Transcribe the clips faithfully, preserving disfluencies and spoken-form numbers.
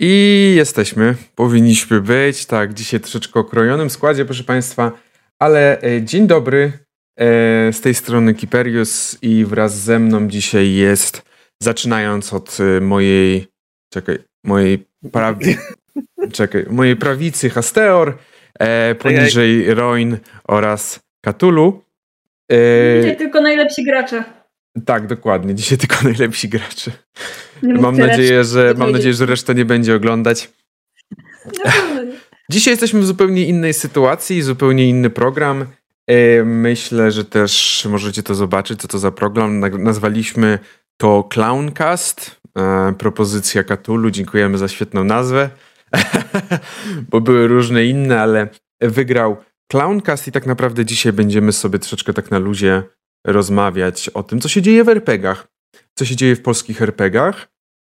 I jesteśmy. Powinniśmy być. Tak, dzisiaj troszeczkę o okrojonym składzie, proszę Państwa. Ale e, dzień dobry. E, z tej strony Kiperius i wraz ze mną dzisiaj jest, zaczynając od e, mojej, czekaj, mojej prawi, czekaj, mojej prawicy Hasteor, e, poniżej Roin oraz Cthulhu. E, dzisiaj tylko najlepsi gracze. Tak, dokładnie. Dzisiaj tylko najlepsi gracze. Mam nadzieję, że, mam nadzieję, że reszta nie będzie oglądać. Dzisiaj jesteśmy w zupełnie innej sytuacji, zupełnie inny program. Myślę, że też możecie to zobaczyć, co to za program. Nazwaliśmy to Clowncast. Propozycja Cthulhu. Dziękujemy za świetną nazwę. Bo były różne inne, ale wygrał Clowncast i tak naprawdę dzisiaj będziemy sobie troszeczkę tak na luzie rozmawiać o tym, co się dzieje w er pe gach. Co się dzieje w polskich er pe gach.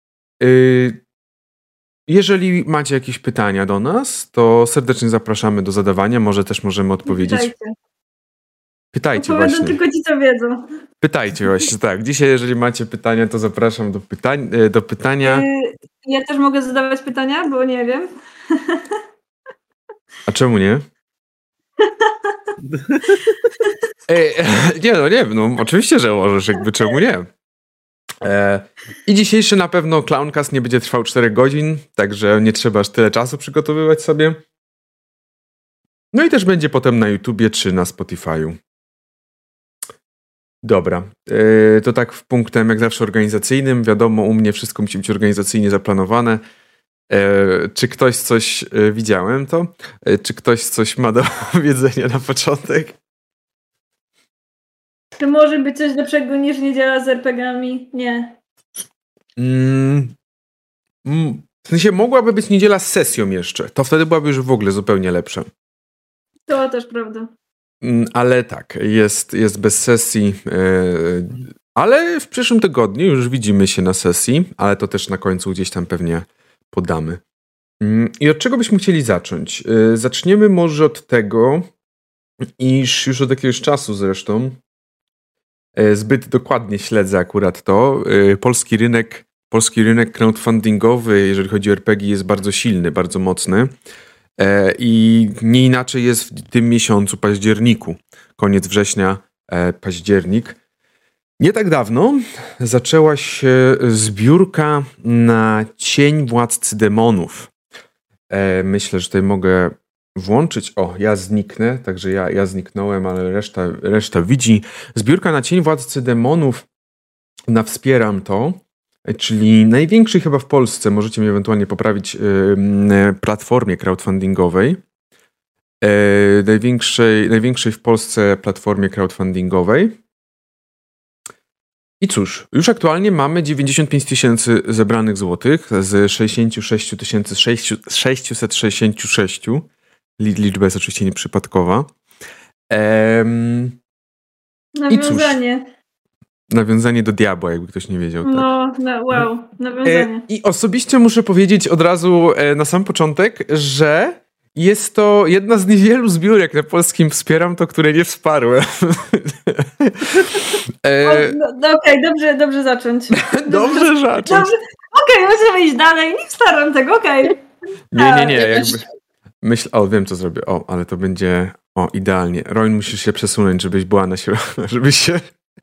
Jeżeli macie jakieś pytania do nas, to serdecznie zapraszamy do zadawania. Może też możemy odpowiedzieć. Pytajcie. Pytajcie Odpowiadam właśnie. tylko ci, co wiedzą. Pytajcie właśnie, tak. Dzisiaj, jeżeli macie pytania, to zapraszam do, pytań, do pytania. Ja też mogę zadawać pytania, bo nie wiem. A czemu nie? Ej, nie, no nie, no oczywiście, że możesz, jakby czemu nie. E, I dzisiejszy na pewno Clowncast nie będzie trwał cztery godzin, także nie trzeba aż tyle czasu przygotowywać sobie. No i też będzie potem na YouTubie czy na Spotify'u. Dobra, e, to tak w punktem jak zawsze organizacyjnym. Wiadomo, u mnie wszystko musi być organizacyjnie zaplanowane. E, czy ktoś coś e, widziałem to? E, czy ktoś coś ma do powiedzenia na początek? To może być coś lepszego niż niedziela z er pe gami? Nie. Mm, mm, w sensie mogłaby być niedziela z sesją jeszcze. To wtedy byłaby już w ogóle zupełnie lepsza. To też prawda. Mm, ale tak, jest, jest bez sesji. Yy, ale w przyszłym tygodniu już widzimy się na sesji, ale to też na końcu gdzieś tam pewnie podamy. Yy, I od czego byśmy chcieli zacząć? Yy, zaczniemy może od tego, iż już od jakiegoś czasu zresztą zbyt dokładnie śledzę akurat to. Polski rynek, polski rynek crowdfundingowy, jeżeli chodzi o er pe gie, jest bardzo silny, bardzo mocny. I nie inaczej jest w tym miesiącu, październiku. Koniec września, październik. Nie tak dawno zaczęła się zbiórka na Cień Władcy Demonów. Myślę, że tutaj mogę włączyć, o, ja zniknę, także ja, ja zniknąłem, ale reszta, reszta widzi. Zbiórka na Cień Władcy Demonów, na Wspieram to, czyli największej chyba w Polsce, możecie mnie ewentualnie poprawić, yy, platformie crowdfundingowej. Yy, największej, największej w Polsce platformie crowdfundingowej. I cóż, już aktualnie mamy dziewięćdziesiąt pięć tysięcy zebranych złotych z sześćdziesiąt sześć tysięcy sześćset sześćdziesiąt sześć. Liczba jest oczywiście nieprzypadkowa. Ehm, nawiązanie. I cóż, nawiązanie do diabła, jakby ktoś nie wiedział. No, tak. no wow, nawiązanie. E, I osobiście muszę powiedzieć od razu e, na sam początek, że jest to jedna z niewielu zbiórek na polskim Wspieram to, które nie wsparłem. e, no, no Okej, okay, dobrze, dobrze zacząć. Dobrze zacząć. Okej, okay, musimy iść dalej, nie wsparam tego, okej. Okay. Nie, nie, nie, jakby... Myśl, o, wiem co zrobię. O, ale to będzie, o, idealnie. Roin, musisz się przesunąć, żebyś była na środku, żebyś się,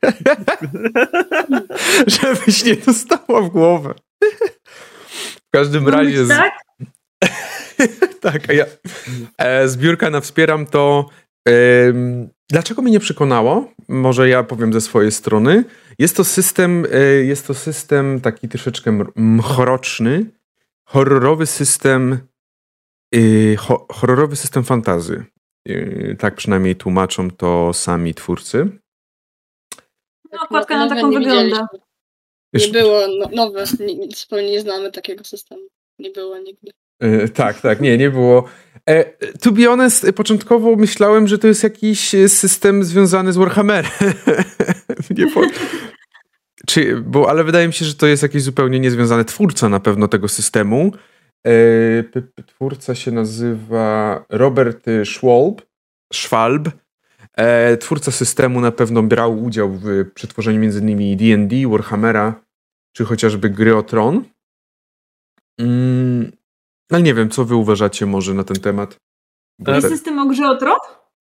żebyś nie dostała w głowę. W każdym Mam razie... Być tak? Z... tak, a ja... E, zbiórka na Wspieram to... E, dlaczego mnie nie przekonało? Może ja powiem ze swojej strony. Jest to system, e, jest to system taki troszeczkę mroczny, horrorowy system Yy, ho- horrorowy system fantazy. Yy, tak przynajmniej tłumaczą to sami twórcy. No, okładka na taką wygląda. Nie było no, nowe, nie, zupełnie nie znamy takiego systemu. Nie było nigdy. Yy, tak, tak, nie, nie było. E, to be honest, początkowo myślałem, że to jest jakiś system związany z Warhammerem. nie po... Czy, bo, ale wydaje mi się, że to jest jakiś zupełnie niezwiązany twórca na pewno tego systemu. E, twórca się nazywa Robert Schwalb. Schwalb. E, twórca systemu na pewno brał udział w przetworzeniu między innymi D and D, Warhammera, czy chociażby Gry o Tron. Mm, ale nie wiem, co wy uważacie może na ten temat? To jest system o grze o tron?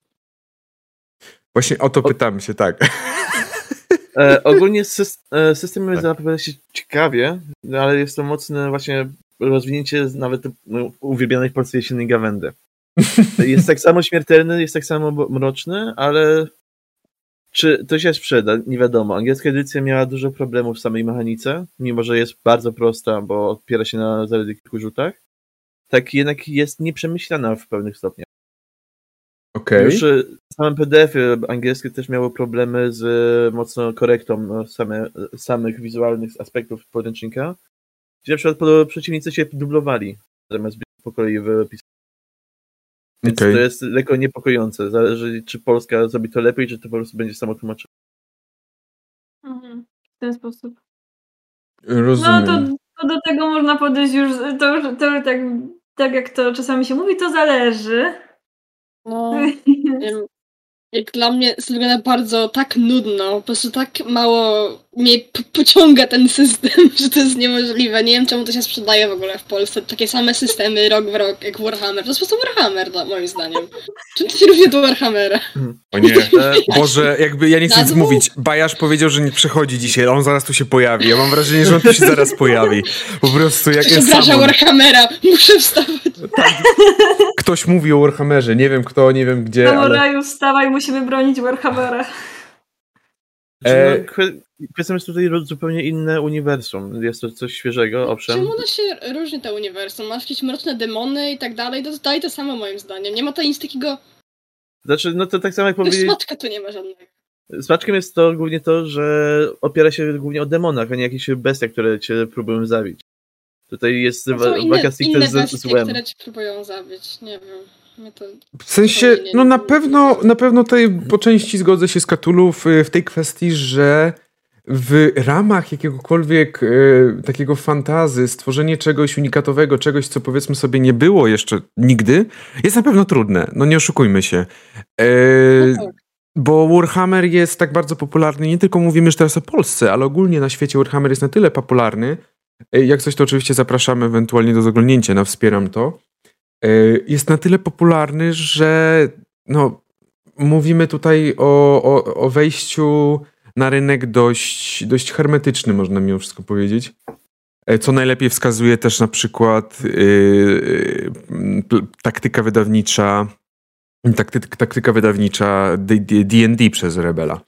Właśnie o to o... pytam się, tak. E, ogólnie system, system tak. zapowiada się ciekawie, ale jest to mocne właśnie rozwinięcie nawet no, uwielbianej w Polsce jesiennej gawędy. Jest tak samo śmiertelny, jest tak samo mroczny, ale czy to się sprzeda? Nie wiadomo. Angielska edycja miała dużo problemów w samej mechanice, mimo że jest bardzo prosta, bo opiera się na zaledwie kilku rzutach. Tak jednak jest nieprzemyślana w pewnych stopniach. Okay. Już same P D F-y angielskie też miały problemy z mocno korektą no, same, samych wizualnych aspektów podręcznika, gdzie na przykład przeciwnicy się dublowali zamiast po kolei wypisać. Więc okay. to jest lekko niepokojące. Zależy, czy Polska zrobi to lepiej, czy to po prostu będzie samo tłumaczone. Mhm. W ten sposób. Rozumiem. No to, to do tego można podejść już, to już to tak, tak jak to czasami się mówi, to zależy. No, wiem, jak dla mnie jest wygląda bardzo tak nudno, po prostu tak mało mnie p- pociąga ten system, że to jest niemożliwe. Nie wiem, czemu to się sprzedaje w ogóle w Polsce. Takie same systemy rok w rok jak Warhammer. To jest po prostu Warhammer, no, moim zdaniem. Czym to się różni od Warhammera? O nie, Boże, jakby ja nie chcę nic mówić. Bajasz powiedział, że nie przychodzi dzisiaj, on zaraz tu się pojawi. Ja mam wrażenie, że on tu się zaraz pojawi. Po prostu jak jest Przepraszam, Warhammera, muszę wstawać. Tak. Ktoś mówi o Warhammerze, nie wiem kto, nie wiem gdzie, Samuraju, ale... wstawaj, musimy bronić Warhammera. E... No, kwestią jest tutaj zupełnie inne uniwersum. Jest to coś świeżego, owszem. Czemu ono się różni, to uniwersum? Masz jakieś mroczne demony i tak dalej, to daje to samo moim zdaniem. Nie ma to nic takiego... Znaczy, no to tak samo jak powiedzieć... Smaczka tu nie ma żadnego. Smaczkiem jest to głównie to, że opiera się głównie o demonach, a nie jakichś bestiach, które cię próbują zabić. Tutaj jest waga stricte z złem. Które ci próbują zabić, nie wiem. To w sensie, no na pewno, na pewno tutaj po części zgodzę się z Cthulhu w, w tej kwestii, że w ramach jakiegokolwiek e, takiego fantazy, stworzenie czegoś unikatowego, czegoś, co powiedzmy sobie nie było jeszcze nigdy, jest na pewno trudne. No nie oszukujmy się. E, no tak. Bo Warhammer jest tak bardzo popularny, nie tylko mówimy już teraz o Polsce, ale ogólnie na świecie Warhammer jest na tyle popularny. Jak coś, to oczywiście zapraszamy ewentualnie do zaglądnięcia, na wspieram to. Jest na tyle popularny, że no, mówimy tutaj o, o, o wejściu na rynek dość, dość hermetyczny, można mimo wszystko powiedzieć. Co najlepiej wskazuje też na przykład yy, taktyka wydawnicza takty, taktyka wydawnicza D and D przez Rebela.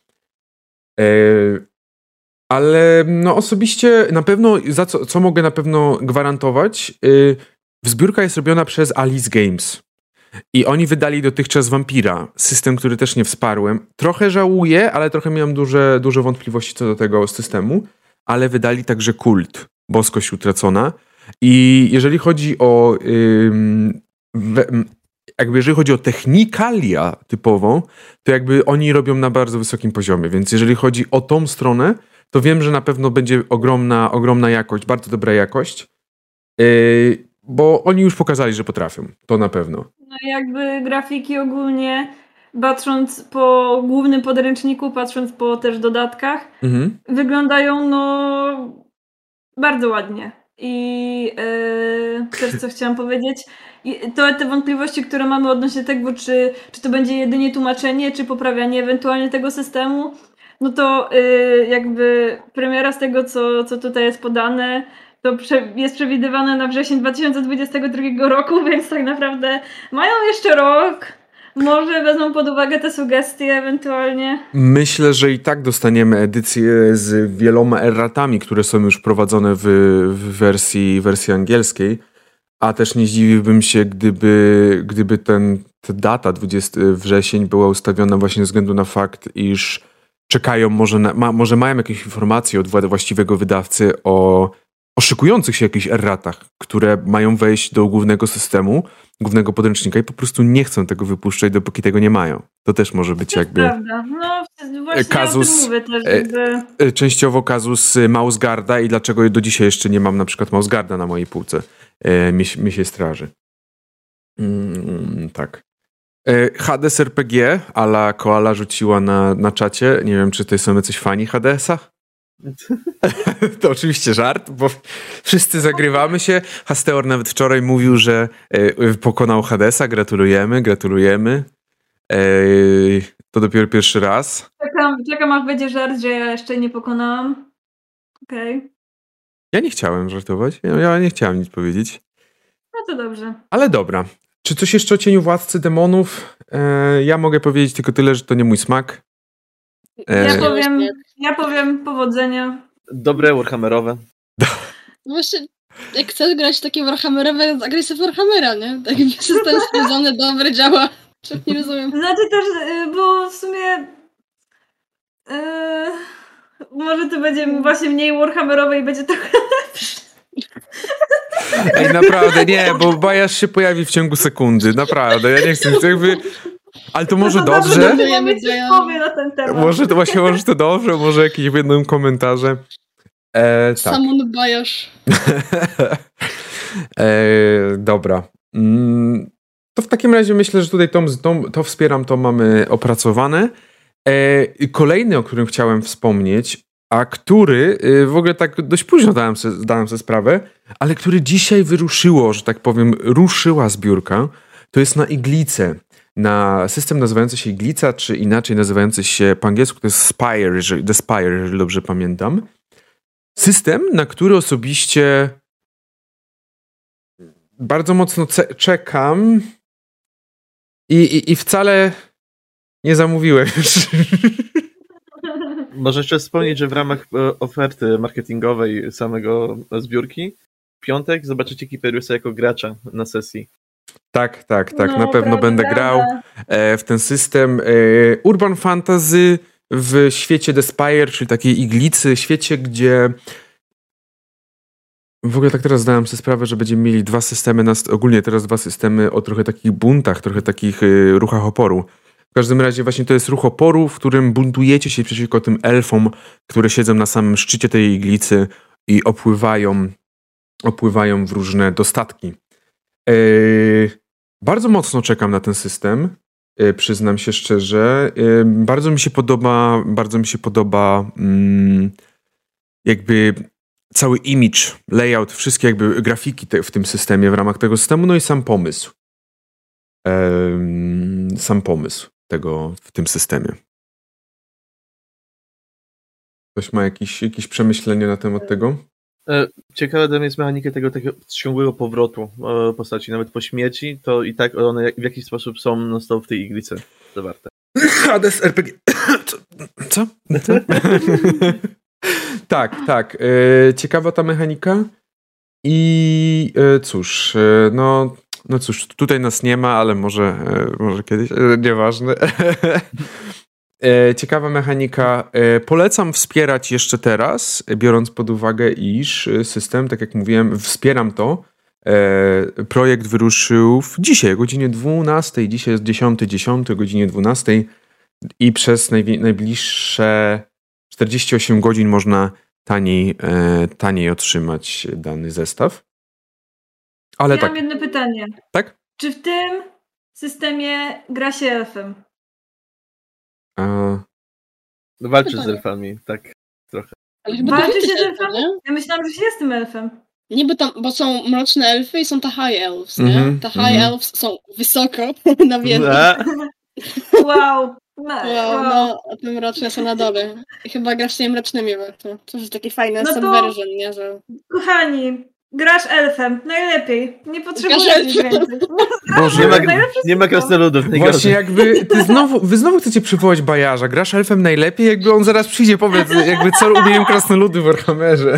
Yy, Ale no osobiście na pewno, za co, co mogę na pewno gwarantować, yy, zbiórka jest robiona przez Alice Games. I oni wydali dotychczas Vampira, system, który też nie wsparłem. Trochę żałuję, ale trochę miałem duże, duże wątpliwości co do tego systemu, ale wydali także Kult, Boskość Utracona. I jeżeli chodzi o yy, we, jakby jeżeli chodzi o technikalia typową, to jakby oni robią na bardzo wysokim poziomie, więc jeżeli chodzi o tą stronę, to wiem, że na pewno będzie ogromna, ogromna jakość, bardzo dobra jakość, yy, bo oni już pokazali, że potrafią. To na pewno. No jakby grafiki ogólnie, patrząc po głównym podręczniku, patrząc po też dodatkach, mhm. wyglądają no bardzo ładnie. I yy, też co chciałam powiedzieć, i to te wątpliwości, które mamy odnośnie tego, czy, czy to będzie jedynie tłumaczenie, czy poprawianie ewentualnie tego systemu, no to yy, jakby premiera z tego, co, co tutaj jest podane, to prze, jest przewidywane na wrzesień dwa tysiące dwudziestego drugiego roku, więc tak naprawdę mają jeszcze rok. Może wezmą pod uwagę te sugestie ewentualnie. Myślę, że i tak dostaniemy edycję z wieloma erratami, które są już wprowadzone w, w wersji, wersji angielskiej, a też nie zdziwiłbym się, gdyby, gdyby ten, ta data dwudziesty wrzesień była ustawiona właśnie ze względu na fakt, iż czekają, może, na, ma, może mają jakieś informacje od właściwego wydawcy o, o szykujących się jakichś erratach, które mają wejść do głównego systemu, głównego podręcznika i po prostu nie chcą tego wypuszczać, dopóki tego nie mają. To też może być to jakby... Prawda. No właśnie kazus, o tym mówię też, żeby... Częściowo kazus Mausgarda i dlaczego do dzisiaj jeszcze nie mam na przykład Mausgarda na mojej półce. E, mi, mi się straży. Mm, tak. E, Hades R P G a la Koala rzuciła na, na czacie. Nie wiem, czy tutaj są jacyś fani Hadesa? To oczywiście żart, bo wszyscy zagrywamy się. Hasteor nawet wczoraj mówił, że e, pokonał Hadesa. Gratulujemy, gratulujemy. E, to dopiero pierwszy raz. Czekam, czekam aż będzie żart, że ja jeszcze nie pokonałam. Okej. Okay. Ja nie chciałem żartować. Ja, ja nie chciałem nic powiedzieć. No to dobrze. Ale dobra. Czy coś jeszcze o Cieniu Władcy Demonów? E, ja mogę powiedzieć tylko tyle, że to nie mój smak. E... Ja powiem, ja powiem powodzenia. Dobre Warhammerowe. No właśnie, jak chcesz grać takie Warhammerowe, zagraj sobie Warhammera, nie? Taki system sprawdzony, dobry, działa. Nie rozumiem. Znaczy też, bo w sumie yy, może to będzie właśnie mniej Warhammerowe i będzie trochę lepsze. Ej, naprawdę, nie, bo bajaż się pojawi w ciągu sekundy, naprawdę, ja nie chcę, jakby... Ale to może no to dobrze? Mamy coś powie na ten temat. Może to właśnie, może to dobrze, może jakieś w jednym komentarze. E, tak. Samon bajasz. e, dobra. Mm, to w takim razie myślę, że tutaj to, to, to wspieram, to mamy opracowane. E, kolejny, o którym chciałem wspomnieć, a który y, w ogóle tak dość późno dałem sobie, dałem sobie sprawę, ale który dzisiaj wyruszyło, że tak powiem, ruszyła zbiórka, to jest na Iglicę. Na system nazywający się Iglica, czy inaczej nazywający się po angielsku, to jest Spire, jeżeli, The Spire, jeżeli dobrze pamiętam. System, na który osobiście bardzo mocno ce- czekam i, i, i wcale nie zamówiłem już. Może jeszcze wspomnieć, że w ramach oferty marketingowej samego zbiórki w piątek zobaczycie Kiperiusa jako gracza na sesji. Tak, tak, tak. No, na pewno prawda, będę grał e, w ten system e, Urban Fantasy w świecie The Spire, czyli takiej iglicy, świecie, gdzie w ogóle tak teraz zdałem sobie sprawę, że będziemy mieli dwa systemy, na, ogólnie teraz dwa systemy o trochę takich buntach, trochę takich e, ruchach oporu. W każdym razie właśnie to jest ruch oporu, w którym buntujecie się przeciwko tym elfom, które siedzą na samym szczycie tej iglicy i opływają, opływają w różne dostatki. Yy, bardzo mocno czekam na ten system, yy, przyznam się szczerze. Yy, bardzo mi się podoba, bardzo mi się podoba yy, jakby cały image, layout, wszystkie jakby grafiki te, w tym systemie, w ramach tego systemu, no i sam pomysł. Yy, sam pomysł tego w tym systemie. Ktoś ma jakieś, jakieś przemyślenie na temat tego? Ciekawe dla mnie jest mechanika tego takiego ciągłego powrotu postaci, nawet po śmierci, to i tak one w jakiś sposób są non-stop w tej iglicy zawarte. Hades R P G. Co? Co? Co? Tak, tak. Ciekawa ta mechanika i cóż, no, no cóż, tutaj nas nie ma, ale może, może kiedyś, nieważne. Ciekawa mechanika. Polecam wspierać jeszcze teraz, biorąc pod uwagę, iż system, tak jak mówiłem, wspieram to. Projekt wyruszył w dzisiaj o godzinie dwunastej. Dzisiaj jest dziesiąty dziesiąty o godzinie dwunastej i przez najwi- najbliższe czterdzieści osiem godzin można taniej, taniej otrzymać dany zestaw. Ale ja tak. mam jedno pytanie. Tak? Czy w tym systemie gra się elfem? A... Walczysz z elfami, tak trochę. Walczy się z elfami? Ja myślałam, że się jestem elfem. Niby tam, bo są mroczne elfy i są te high elves, nie? Mm-hmm, te high mm-hmm. elves są wysoko na wierzchu. Wow. No, wow, no, a te mroczne są na dole. I chyba grasz z tymi mrocznymi, to, to jest taki fajny no subversion, nie? Że... Kochani, grasz elfem, najlepiej. Nie potrzebujesz nic więcej. Boże, nie ma, nie ma krasnoludów. Właśnie jakby, ty znowu, wy znowu chcecie przywołać bajarza. Grasz elfem najlepiej, jakby on zaraz przyjdzie, powiedz, jakby co umieją krasnoludy w Warhammerze.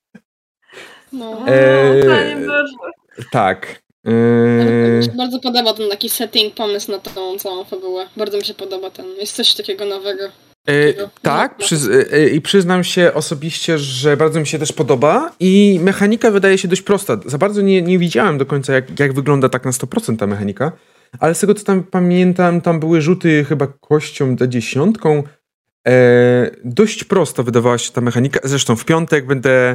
No, eee, Panie Boże. Tak. Eee... Mi się bardzo podoba ten taki setting, pomysł na tą całą fabułę. Bardzo mi się podoba ten. Jest coś takiego nowego. E, tak, przyz- e, i przyznam się osobiście, że bardzo mi się też podoba i mechanika wydaje się dość prosta. Za bardzo nie, nie widziałem do końca, jak, jak wygląda tak na sto procent ta mechanika, ale z tego, co tam pamiętam, tam były rzuty chyba kością D dziesiątką. E, dość prosto wydawała się ta mechanika. Zresztą w piątek będę e,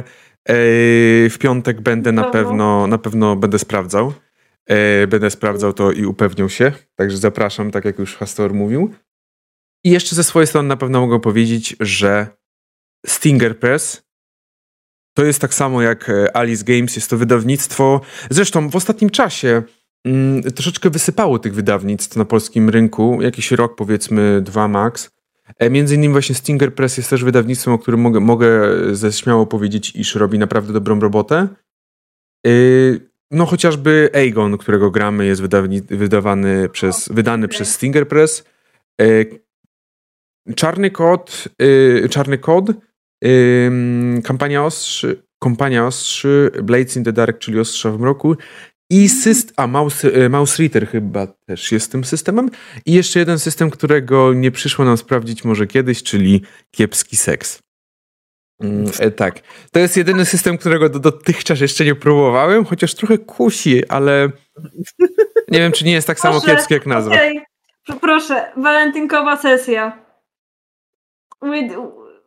w piątek będę na pewno, na pewno będę sprawdzał. E, będę sprawdzał to i upewniał się. Także zapraszam, tak jak już Hastor mówił. I jeszcze ze swojej strony na pewno mogę powiedzieć, że Stinger Press. To jest tak samo jak Alice Games, jest to wydawnictwo. Zresztą w ostatnim czasie mm, troszeczkę wysypało tych wydawnictw na polskim rynku. Jakiś rok, powiedzmy, dwa max. E, między innymi właśnie Stinger Press jest też wydawnictwem, o którym mogę, mogę ze śmiało powiedzieć, iż robi naprawdę dobrą robotę. E, no chociażby Aegon, którego gramy, jest wydawni, wydawany przez, wydany okay. przez Stinger Press. E, Czarny Kod, e, Czarny Kod, Kampania Ostrzy, Kompania Ostrzy, Blades in the Dark, czyli Ostrza w mroku i syst, a Mouse, Mouse Reader chyba też jest tym systemem i jeszcze jeden system, którego nie przyszło nam sprawdzić może kiedyś, czyli Kiepski Seks. E, tak, to jest jedyny system, którego do, dotychczas jeszcze nie próbowałem, chociaż trochę kusi, ale nie wiem, czy nie jest tak samo proszę, kiepski jak nazwa. Okay. Proszę, walentynkowa sesja. With...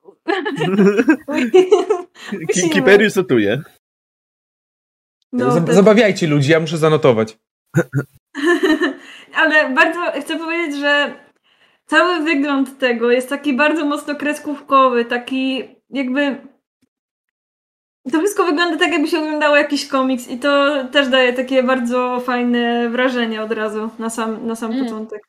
Kiperius notuje. No, Zab- zabawiajcie ludzi, ja muszę zanotować. Ale bardzo chcę powiedzieć, że cały wygląd tego jest taki bardzo mocno kreskówkowy, taki jakby to wszystko wygląda tak, jakby się oglądało jakiś komiks i to też daje takie bardzo fajne wrażenie od razu na sam, na sam mm. początek.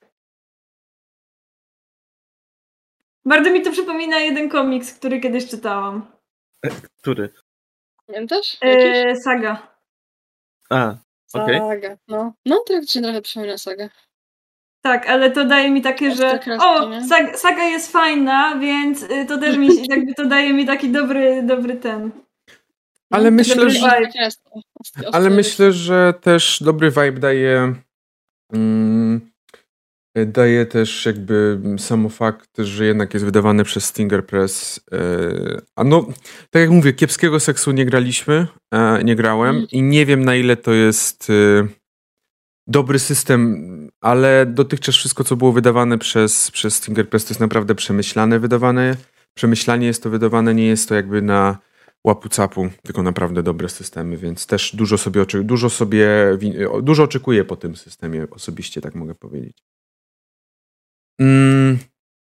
Bardzo mi to przypomina jeden komiks, który kiedyś czytałam. Który? Pamiętasz? E, saga. A, okej. Okay. Saga, no. No, to się trochę przypomina Saga. Tak, ale to daje mi takie, że kreski, o, saga, saga jest fajna, więc to też mi jakby to daje mi taki dobry, dobry ten. Ale no, myślę, że ale myślę, że też dobry vibe daje mm, daje też jakby samo fakt, że jednak jest wydawany przez Stinger Press. Yy, a no, tak jak mówię, Kiepskiego Seksu nie graliśmy, yy, nie grałem mm. i nie wiem, na ile to jest yy, dobry system, ale dotychczas wszystko, co było wydawane przez, przez Stinger Press, to jest naprawdę przemyślane wydawane. Przemyślanie jest to wydawane, nie jest to jakby na łapu-capu, tylko naprawdę dobre systemy, więc też dużo sobie, oczy- dużo sobie dużo oczekuję po tym systemie osobiście, tak mogę powiedzieć. Mm,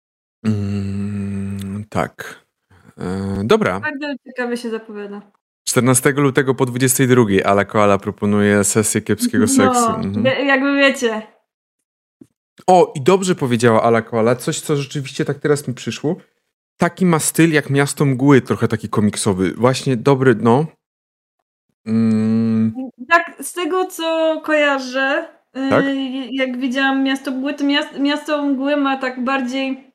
mm, tak. E, dobra. Bardzo ciekawie się zapowiada. czternastego lutego po dwudziestej drugiej Ala Koala proponuje sesję Kiepskiego Seksu. No, mhm. jakby wiecie. O, i dobrze powiedziała Ala Koala, coś, co rzeczywiście tak teraz mi przyszło. Taki ma styl jak Miasto Mgły, trochę taki komiksowy. Właśnie dobry, no. Mm. Tak, z tego co kojarzę, tak? yy, jak widziałam Miasto Mgły, to miasto, miasto Mgły ma tak bardziej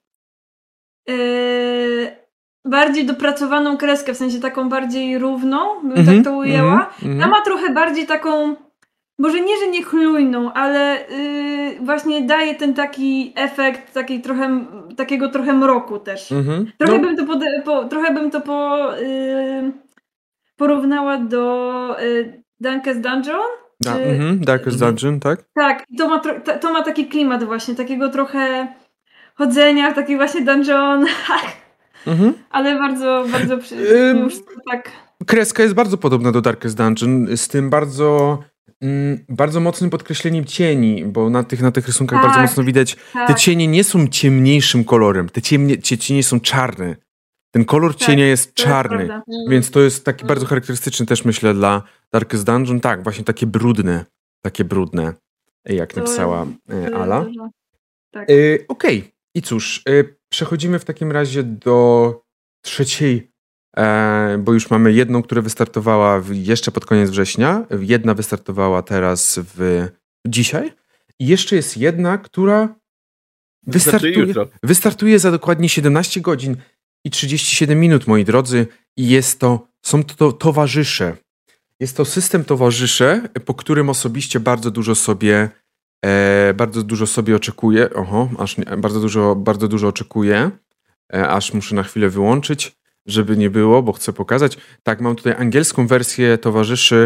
yy, bardziej dopracowaną kreskę, w sensie taką bardziej równą, bym mm-hmm, tak to ujęła. Mm-hmm. Ta ma trochę bardziej taką, może nie, że niechlujną, ale yy, właśnie daje ten taki efekt takiej trochę, takiego trochę mroku też. Mm-hmm. Trochę, no. bym to pode- po, trochę bym to po, yy, porównała do yy, Darkest Dungeon. Da, yy, mm-hmm, Darkest Dungeon, tak? Tak, to ma, to, to ma taki klimat właśnie, takiego trochę chodzenia w takich właśnie dungeonach. Mm-hmm. Ale bardzo, bardzo przy, yy, już tak. Kreska jest bardzo podobna do Darkest Dungeon, z tym bardzo... bardzo mocnym podkreśleniem cieni, bo na tych, na tych rysunkach tak, bardzo mocno widać, tak. Te cienie nie są ciemniejszym kolorem, te cienie, te cienie są czarne. Ten kolor tak, cienia jest czarny, jest więc to jest taki mm. bardzo charakterystyczny też, myślę, dla Darkest Dungeon. Tak, właśnie takie brudne, takie brudne, jak to napisała jest, Ala. Tak. E, Okej, okay. I cóż, e, przechodzimy w takim razie do trzeciej E, bo już mamy jedną, która wystartowała w, jeszcze pod koniec września. Jedna wystartowała teraz w dzisiaj. I jeszcze jest jedna, która wystartuje, wystartuje za dokładnie siedemnaście godzin i trzydzieści siedem minut, moi drodzy. I jest to, są to towarzysze. Jest to system towarzysze, po którym osobiście bardzo dużo sobie e, bardzo dużo sobie oczekuję. Oho, aż nie, bardzo dużo, bardzo dużo oczekuję. E, aż muszę na chwilę wyłączyć, żeby nie było, bo chcę pokazać. Tak, mam tutaj angielską wersję towarzyszy.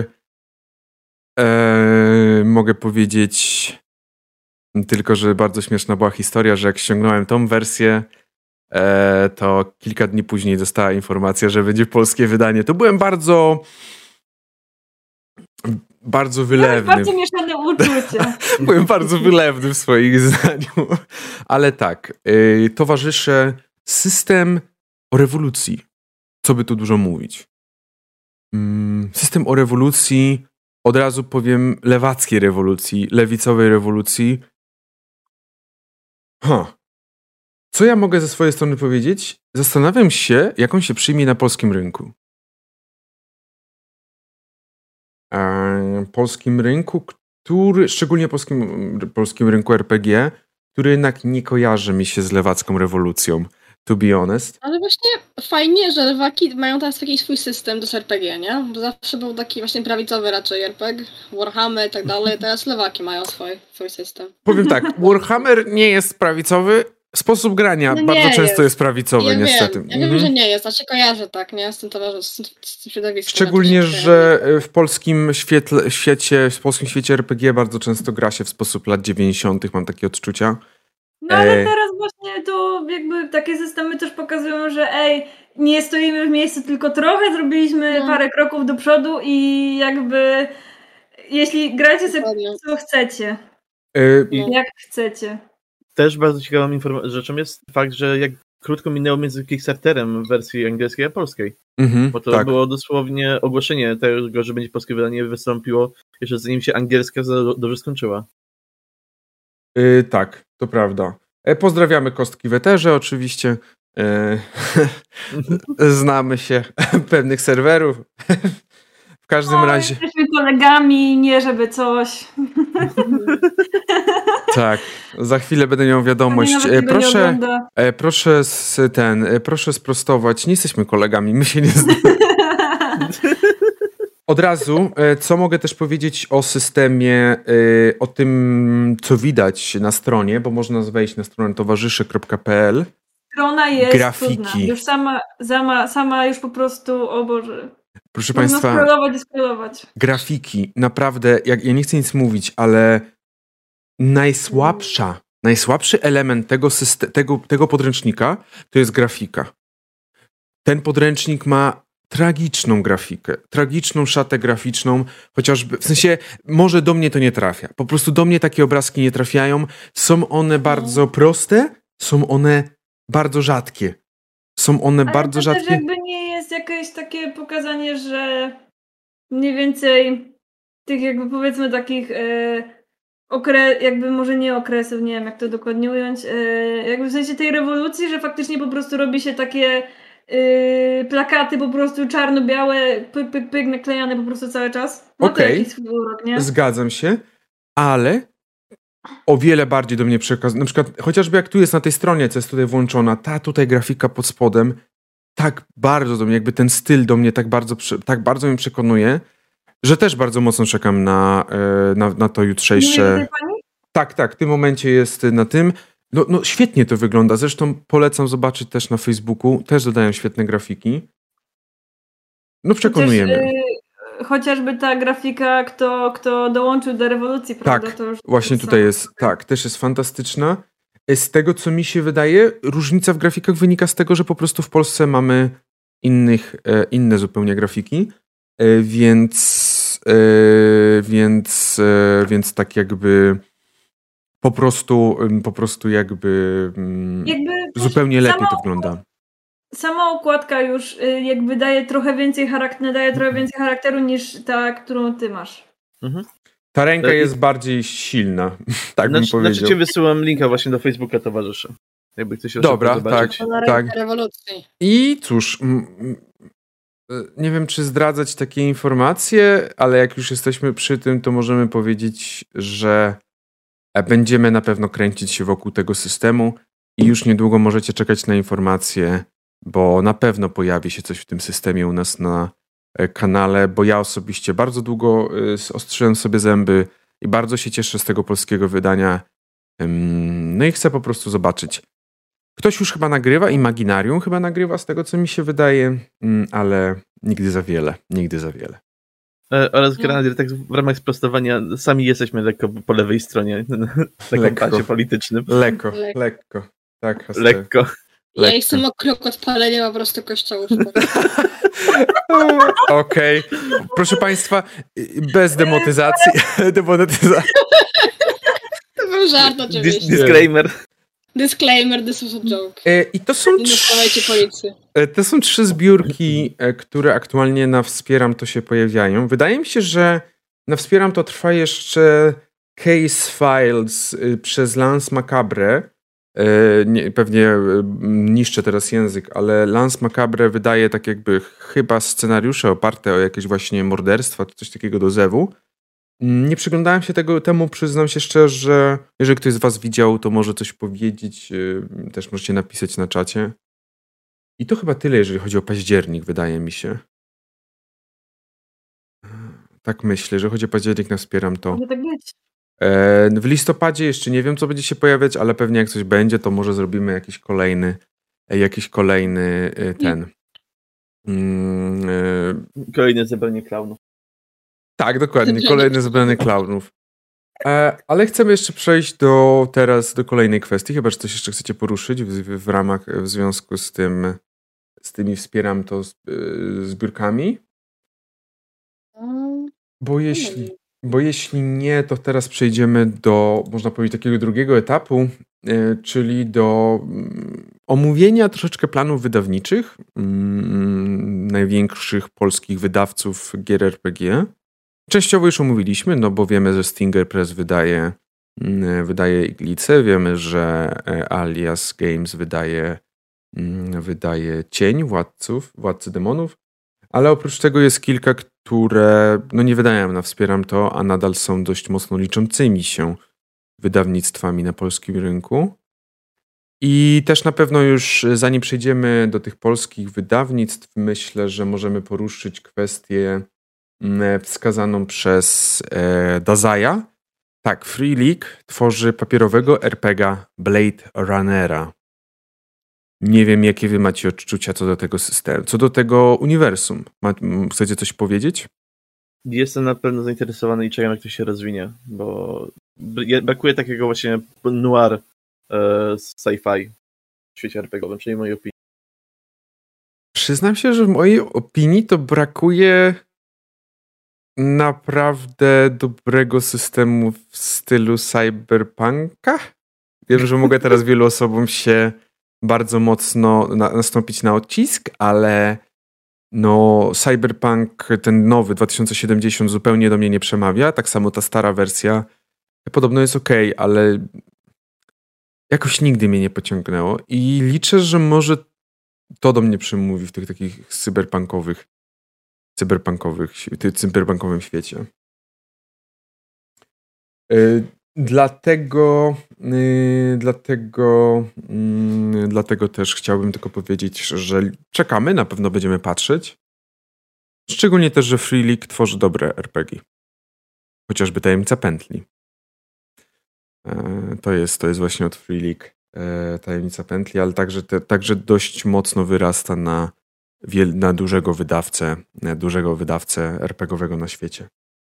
Eee, mogę powiedzieć tylko, że bardzo śmieszna była historia, że jak ściągnąłem tą wersję, eee, to kilka dni później dostała informacja, że będzie polskie wydanie. To byłem bardzo bardzo wylewny. Bardzo mieszane uczucia. Byłem bardzo wylewny w swoich zdaniu. Ale tak, eee, towarzysze system o rewolucji. co by tu dużo mówić. System o rewolucji, od razu powiem lewackiej rewolucji, lewicowej rewolucji. Huh. Co ja mogę ze swojej strony powiedzieć? Zastanawiam się, jak on się przyjmie na polskim rynku. Eee, polskim rynku, który, szczególnie polskim, polskim rynku er pe gie, który jednak nie kojarzy mi się z lewacką rewolucją, to be honest. Ale właśnie fajnie, że lewaki mają teraz taki swój system do er pe gie, nie? Bo zawsze był taki właśnie prawicowy raczej er pe gie, Warhammer i tak dalej, teraz lewaki mają swój, swój system. Powiem tak, Warhammer nie jest prawicowy, sposób grania no bardzo często jest, jest prawicowy, ja niestety. Wiem, ja wiem, mm. że nie jest, a się kojarzy tak, nie? Z tym towarzystwem, z tym środowiskiem. Szczególnie, że w polskim świetle, świecie, w polskim świecie er pe gie bardzo często gra się w sposób lat dziewięćdziesiątych, mam takie odczucia. No ale teraz właśnie to jakby takie systemy też pokazują, że ej, nie stoimy w miejscu tylko trochę, zrobiliśmy no. parę kroków do przodu i jakby jeśli gracie sobie co chcecie, y- jak chcecie. Też bardzo ciekawą inform- rzeczą jest fakt, że jak krótko minęło między Kickstarterem w wersji angielskiej a polskiej. Mm-hmm, bo to tak. było dosłownie ogłoszenie tego, że będzie polskie wydanie, wystąpiło jeszcze zanim się angielska dobrze skończyła. Yy, tak, to prawda. E, pozdrawiamy Kostki w eterze oczywiście. E, znamy się pewnych serwerów. W każdym o, razie... Jesteśmy kolegami, nie żeby coś. Tak, za chwilę będę miał wiadomość. E, proszę, e, proszę, z, ten, e, proszę sprostować, nie jesteśmy kolegami, my się nie znamy. Od razu, co mogę też powiedzieć o systemie, o tym, co widać na stronie, bo można wejść na stronę towarzysze kropka pe el. Strona jest grafiki. Trudna. Już sama, sama, sama już po prostu, o Boże. Proszę można Państwa, scrollować i scrollować. Grafiki, naprawdę, jak, ja nie chcę nic mówić, ale najsłabsza, hmm. najsłabszy element tego, system, tego, tego podręcznika to jest grafika. Ten podręcznik ma tragiczną grafikę, tragiczną szatę graficzną, chociażby, w sensie, może do mnie to nie trafia. Po prostu do mnie takie obrazki nie trafiają. Są one bardzo proste, są one bardzo rzadkie. Są one Ale bardzo to rzadkie. też jakby nie jest jakieś takie pokazanie, że mniej więcej tych jakby powiedzmy takich e, okres, jakby może nie okresów, nie wiem jak to dokładnie ująć, e, jakby w sensie tej rewolucji, że faktycznie po prostu robi się takie Yy, plakaty po prostu czarno-białe, pyk, pyk, pyk, naklejane po prostu cały czas. No Okej, to jakiś swój urok, nie? Zgadzam się, ale o wiele bardziej do mnie przekazuje. Na przykład, chociażby jak tu jest na tej stronie, co jest tutaj włączona, ta tutaj grafika pod spodem, tak bardzo do mnie, jakby ten styl do mnie tak bardzo, tak bardzo mnie przekonuje, że też bardzo mocno czekam na, na, na to jutrzejsze... Nie pani? Tak, tak, w tym momencie jest na tym. No, no świetnie to wygląda. Zresztą polecam zobaczyć też na Facebooku. Też dodają świetne grafiki. No przekonujemy. Chociaż, yy, chociażby ta grafika, kto, kto dołączył do rewolucji, prawda? Tak, to już właśnie tutaj jest. Tak, też jest fantastyczna. Z tego, co mi się wydaje, różnica w grafikach wynika z tego, że po prostu w Polsce mamy innych, inne zupełnie grafiki. Więc, więc, więc tak jakby... Po prostu, po prostu jakby, jakby zupełnie lepiej to wygląda. Sama okładka już jakby daje trochę więcej charakteru, daje trochę więcej charakteru niż ta, którą ty masz. Mhm. Ta ręka jest bardziej silna, tak bym powiedział. Znaczy cię wysyłam linka właśnie do Facebooka towarzyszy. Jakby ktoś Dobra, tak, tak. Rewolucji. I cóż, m, m, nie wiem czy zdradzać takie informacje, ale jak już jesteśmy przy tym, to możemy powiedzieć, że będziemy na pewno kręcić się wokół tego systemu i już niedługo możecie czekać na informacje, bo na pewno pojawi się coś w tym systemie u nas na kanale, bo ja osobiście bardzo długo ostrzyłem sobie zęby i bardzo się cieszę z tego polskiego wydania. No i chcę po prostu zobaczyć. Ktoś już chyba nagrywa, Imaginarium chyba nagrywa z tego, co mi się wydaje, ale nigdy za wiele, nigdy za wiele. Oraz Grenadier, tak w ramach sprostowania, sami jesteśmy lekko po lewej stronie na kompasie politycznym. Lekko, lekko. lekko. Tak, lekko. Ja lekko. Jestem o krok od palenia po prostu kościołów. Okej. Okay. Proszę Państwa, bez demonetyzacji. Demonetyzacji. To był żart oczywiście. Disclaimer. Disclaimer, this was a joke. E, I to są, nie trz... policji. E, to są trzy zbiórki, e, które aktualnie na Wspieram to się pojawiają. Wydaje mi się, że na Wspieram to trwa jeszcze Case Files y, przez Lance Macabre. E, nie, pewnie y, niszczę teraz język, ale Lance Macabre wydaje tak jakby chyba scenariusze oparte o jakieś właśnie morderstwa, czy coś takiego do zewu. Nie przyglądałem się tego temu, przyznam się szczerze. Jeżeli ktoś z was widział, to może coś powiedzieć. Też możecie napisać na czacie. I to chyba tyle, jeżeli chodzi o październik, wydaje mi się. Tak myślę, że chodzi o październik, na Wspieram to. Może tak być. W listopadzie jeszcze nie wiem, co będzie się pojawiać, ale pewnie jak coś będzie, to może zrobimy jakiś kolejny jakiś kolejny ten... Kolejne zebranie klaunów. Tak, dokładnie. Kolejne zebranie klaunów. E, ale chcemy jeszcze przejść do teraz do kolejnej kwestii. Chyba, że coś jeszcze chcecie poruszyć w, w ramach, w związku z tym, z tymi Wspieram to z, y, zbiórkami. Bo jeśli, bo jeśli nie, to teraz przejdziemy do, można powiedzieć, takiego drugiego etapu, y, czyli do y, omówienia troszeczkę planów wydawniczych y, największych polskich wydawców gier er pe gie. Częściowo już omówiliśmy, no bo wiemy, że Stinger Press wydaje, wydaje Iglicę, wiemy, że Alias Games wydaje, wydaje Cień Władców, Władcy Demonów, ale oprócz tego jest kilka, które no nie wydają na Wspieram to, a nadal są dość mocno liczącymi się wydawnictwami na polskim rynku. I też na pewno już zanim przejdziemy do tych polskich wydawnictw, myślę, że możemy poruszyć kwestię wskazaną przez e, Dazaja. Tak, Free League tworzy papierowego er pe gie Blade Runnera. Nie wiem, jakie wy macie odczucia co do tego systemu, co do tego uniwersum. Ma, chcecie coś powiedzieć? Jestem na pewno zainteresowany i czekam, jak to się rozwinie, bo brakuje takiego właśnie noir e, sci-fi w świecie er pe gie owym, przynajmniej w mojej opinii. Przyznam się, że w mojej opinii to brakuje naprawdę dobrego systemu w stylu cyberpunka. Wiem, że mogę teraz wielu osobom się bardzo mocno na, nastąpić na odcisk, ale no cyberpunk, ten nowy dwa tysiące siedemdziesiąt zupełnie do mnie nie przemawia. Tak samo ta stara wersja podobno jest okej, okay, ale jakoś nigdy mnie nie pociągnęło i liczę, że może to do mnie przemówi w tych takich cyberpunkowych cyberpunkowych, cyberpunkowym świecie. Yy, dlatego yy, dlatego yy, dlatego też chciałbym tylko powiedzieć, że czekamy, na pewno będziemy patrzeć. Szczególnie też, że Free League tworzy dobre er pe gie. Chociażby Tajemnica Pętli. Yy, to jest, to jest właśnie od Free League yy, Tajemnica Pętli, ale także, te, także dość mocno wyrasta na na dużego wydawcę, dużego wydawcę er pe gie owego na świecie.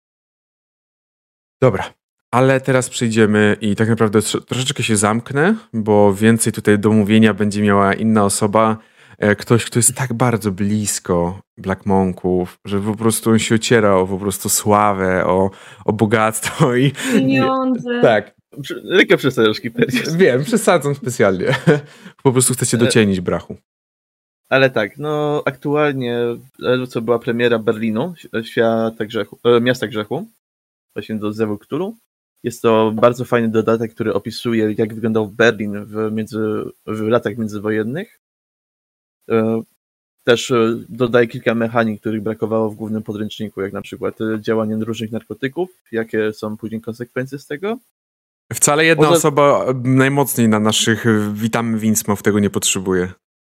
Dobra, ale teraz przejdziemy i tak naprawdę troszeczkę się zamknę, bo więcej tutaj do mówienia będzie miała inna osoba, ktoś, kto jest tak bardzo blisko Black Monków, że po prostu on się ociera o po prostu sławę, o, o bogactwo i... Pieniądze. Tak. Lekko przesadzasz, Kiperius. Wiem, przesadzam specjalnie. Po prostu chcecie docienić brachu. Ale tak, no aktualnie, co była premiera Berlinu, Świata Grzechu, Miasta Grzechu, właśnie do Zewu Cthulhu. Jest to bardzo fajny dodatek, który opisuje, jak wyglądał Berlin w, między, w latach międzywojennych. Też dodaje kilka mechanik, których brakowało w głównym podręczniku, jak na przykład działanie różnych narkotyków, jakie są później konsekwencje z tego. Wcale jedna Poza... osoba najmocniej na naszych Witamy Winsmow tego nie potrzebuje.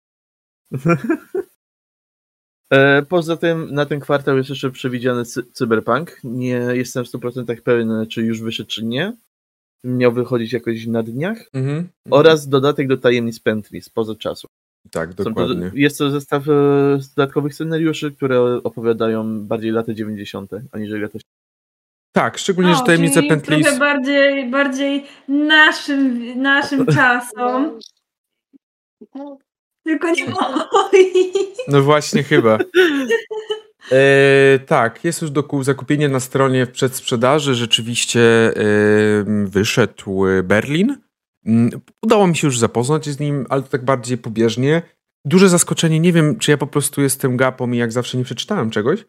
Poza tym na ten kwartał jest jeszcze przewidziany cy- Cyberpunk. Nie jestem w stu procentach pewien, czy już wyszedł, czy nie. Miał wychodzić jakoś na dniach. Mm-hmm. Oraz dodatek do Tajemnic Pętli spoza czasu. Tak, dokładnie. To, jest to zestaw e, dodatkowych scenariuszy, które opowiadają bardziej lata dziewięćdziesiąte, aniżeli lata... Tak, szczególnie, o, że Tajemnice Pętli... trochę bardziej, bardziej naszym, naszym czasom. Tylko nie moi. No właśnie, chyba. E, tak, jest już do zakupienia na stronie w przedsprzedaży. Rzeczywiście e, wyszedł Berlin. Udało mi się już zapoznać z nim, ale to tak bardziej pobieżnie. Duże zaskoczenie, nie wiem, czy ja po prostu jestem gapą i jak zawsze nie przeczytałem czegoś,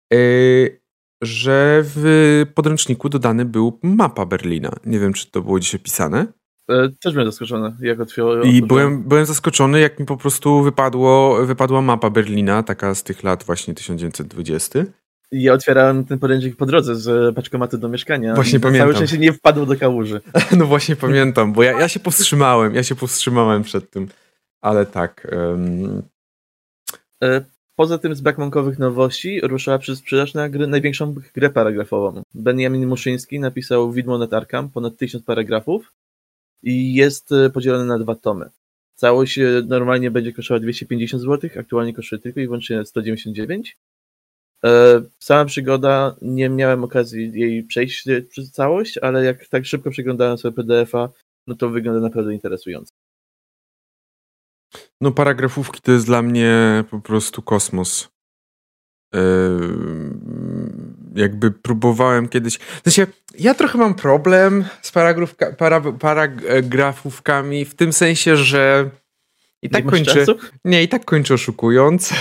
że w podręczniku dodany był mapa Berlina. Nie wiem, czy to było dzisiaj pisane. Też byłem zaskoczony, jak otwierałem. I byłem, byłem zaskoczony, jak mi po prostu wypadło, wypadła mapa Berlina, taka z tych lat właśnie tysiąc dziewięćset dwudziesty. Ja otwierałem ten podręcznik po drodze z paczkomatu do mieszkania. Właśnie pamiętam. Całe szczęście nie wpadło do kałuży. No właśnie pamiętam, bo ja, ja się powstrzymałem, ja się powstrzymałem przed tym, ale tak. Um... Poza tym z backmonkowych nowości ruszyła przy sprzedaż na gry, największą grę paragrafową. Benjamin Muszyński napisał Widmo nad Arkham, ponad tysiąc paragrafów i jest podzielony na dwa tomy. Całość normalnie będzie kosztowała dwieście pięćdziesiąt złotych, aktualnie kosztuje tylko i wyłącznie sto dziewięćdziesiąt dziewięć. Sama przygoda, nie miałem okazji jej przejść przez całość, ale jak tak szybko przeglądałem sobie P D F a, no to wygląda naprawdę interesująco. No paragrafówki to jest dla mnie po prostu kosmos. Yy, jakby próbowałem kiedyś... W sensie, ja trochę mam problem z paragrafówka, para, paragrafówkami w tym sensie, że i tak kończę... Nie, i tak kończę oszukując.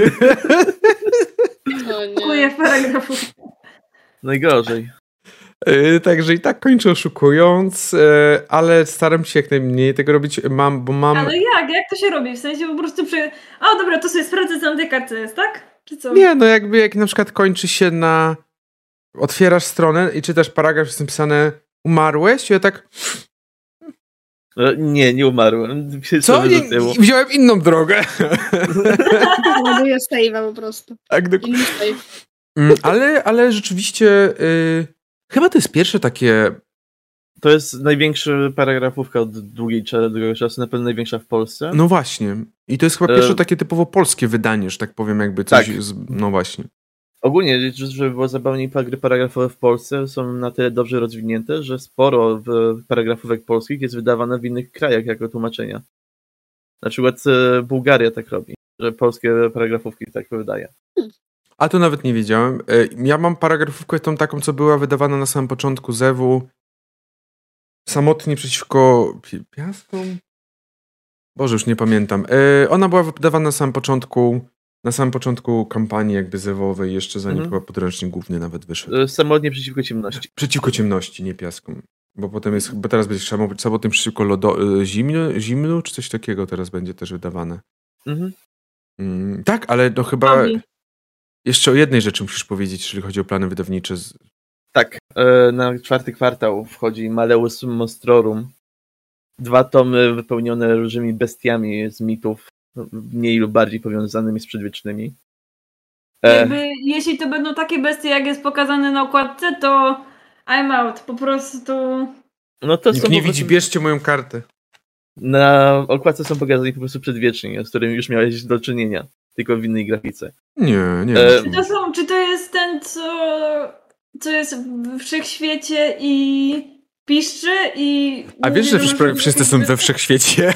Dziękuję paragrafów. Najgorzej. Yy, także i tak kończę oszukując, yy, ale staram się jak najmniej tego robić, mam, bo mam... Ale jak? Jak to się robi? W sensie po prostu przy... O dobra, to sobie sprawdzę, co na tej kartce jest, tak? Czy co? Nie, no jakby jak na przykład kończy się na... Otwierasz stronę i czytasz paragraf, jest napisane umarłeś? I ja tak... Nie, nie umarłem. Co? Nie, wziąłem inną drogę. Ładuję save'a po prostu. Tak, do... ale, ale rzeczywiście yy, chyba to jest pierwsze takie... To jest największa paragrafówka od długiej, długiego czasu, na pewno największa w Polsce. No właśnie. I to jest chyba pierwsze takie typowo polskie wydanie, że tak powiem, jakby coś... Tak. Z... No właśnie. Ogólnie, żeby było zabawniej, gry paragrafowe w Polsce są na tyle dobrze rozwinięte, że sporo paragrafówek polskich jest wydawane w innych krajach jako tłumaczenia. Na przykład Bułgaria tak robi, że polskie paragrafówki tak wydaje. A to nawet nie wiedziałem. Ja mam paragrafówkę tą taką, co była wydawana na samym początku Zewu. Samotnie przeciwko piaskom? Boże, już nie pamiętam. Ona była wydawana na samym początku Na samym początku kampanii jakby zewowej, jeszcze zanim mhm. chyba podręcznik główny nawet wyszedł. Samotnie przeciwko ciemności. Przeciwko ciemności, nie piaskom. Bo potem jest, bo teraz będzie samotnie przeciwko lodo, zimnu, zimnu, czy coś takiego teraz będzie też wydawane. Mhm. Mm, tak, ale no chyba Robi. Jeszcze o jednej rzeczy musisz powiedzieć, jeżeli chodzi o plany wydawnicze. Z... Tak, na czwarty kwartał wchodzi Malleus Monstrorum. Dwa tomy wypełnione różnymi bestiami z mitów, mniej lub bardziej powiązanymi z przedwiecznymi. Jakby, e... Jeśli to będą takie bestie, jak jest pokazane na okładce, to I'm out. Po prostu... No to Nikt nie widzi, prostu... bierzcie moją kartę. Na okładce są pokazani po prostu przedwieczni, z którymi już miałeś do czynienia, tylko w innej grafice. Nie, nie. E... Czy, to są, czy to jest ten, co, co jest w wszechświecie i piszczy i... A wiesz, że wszyscy, wszyscy są we wszechświecie?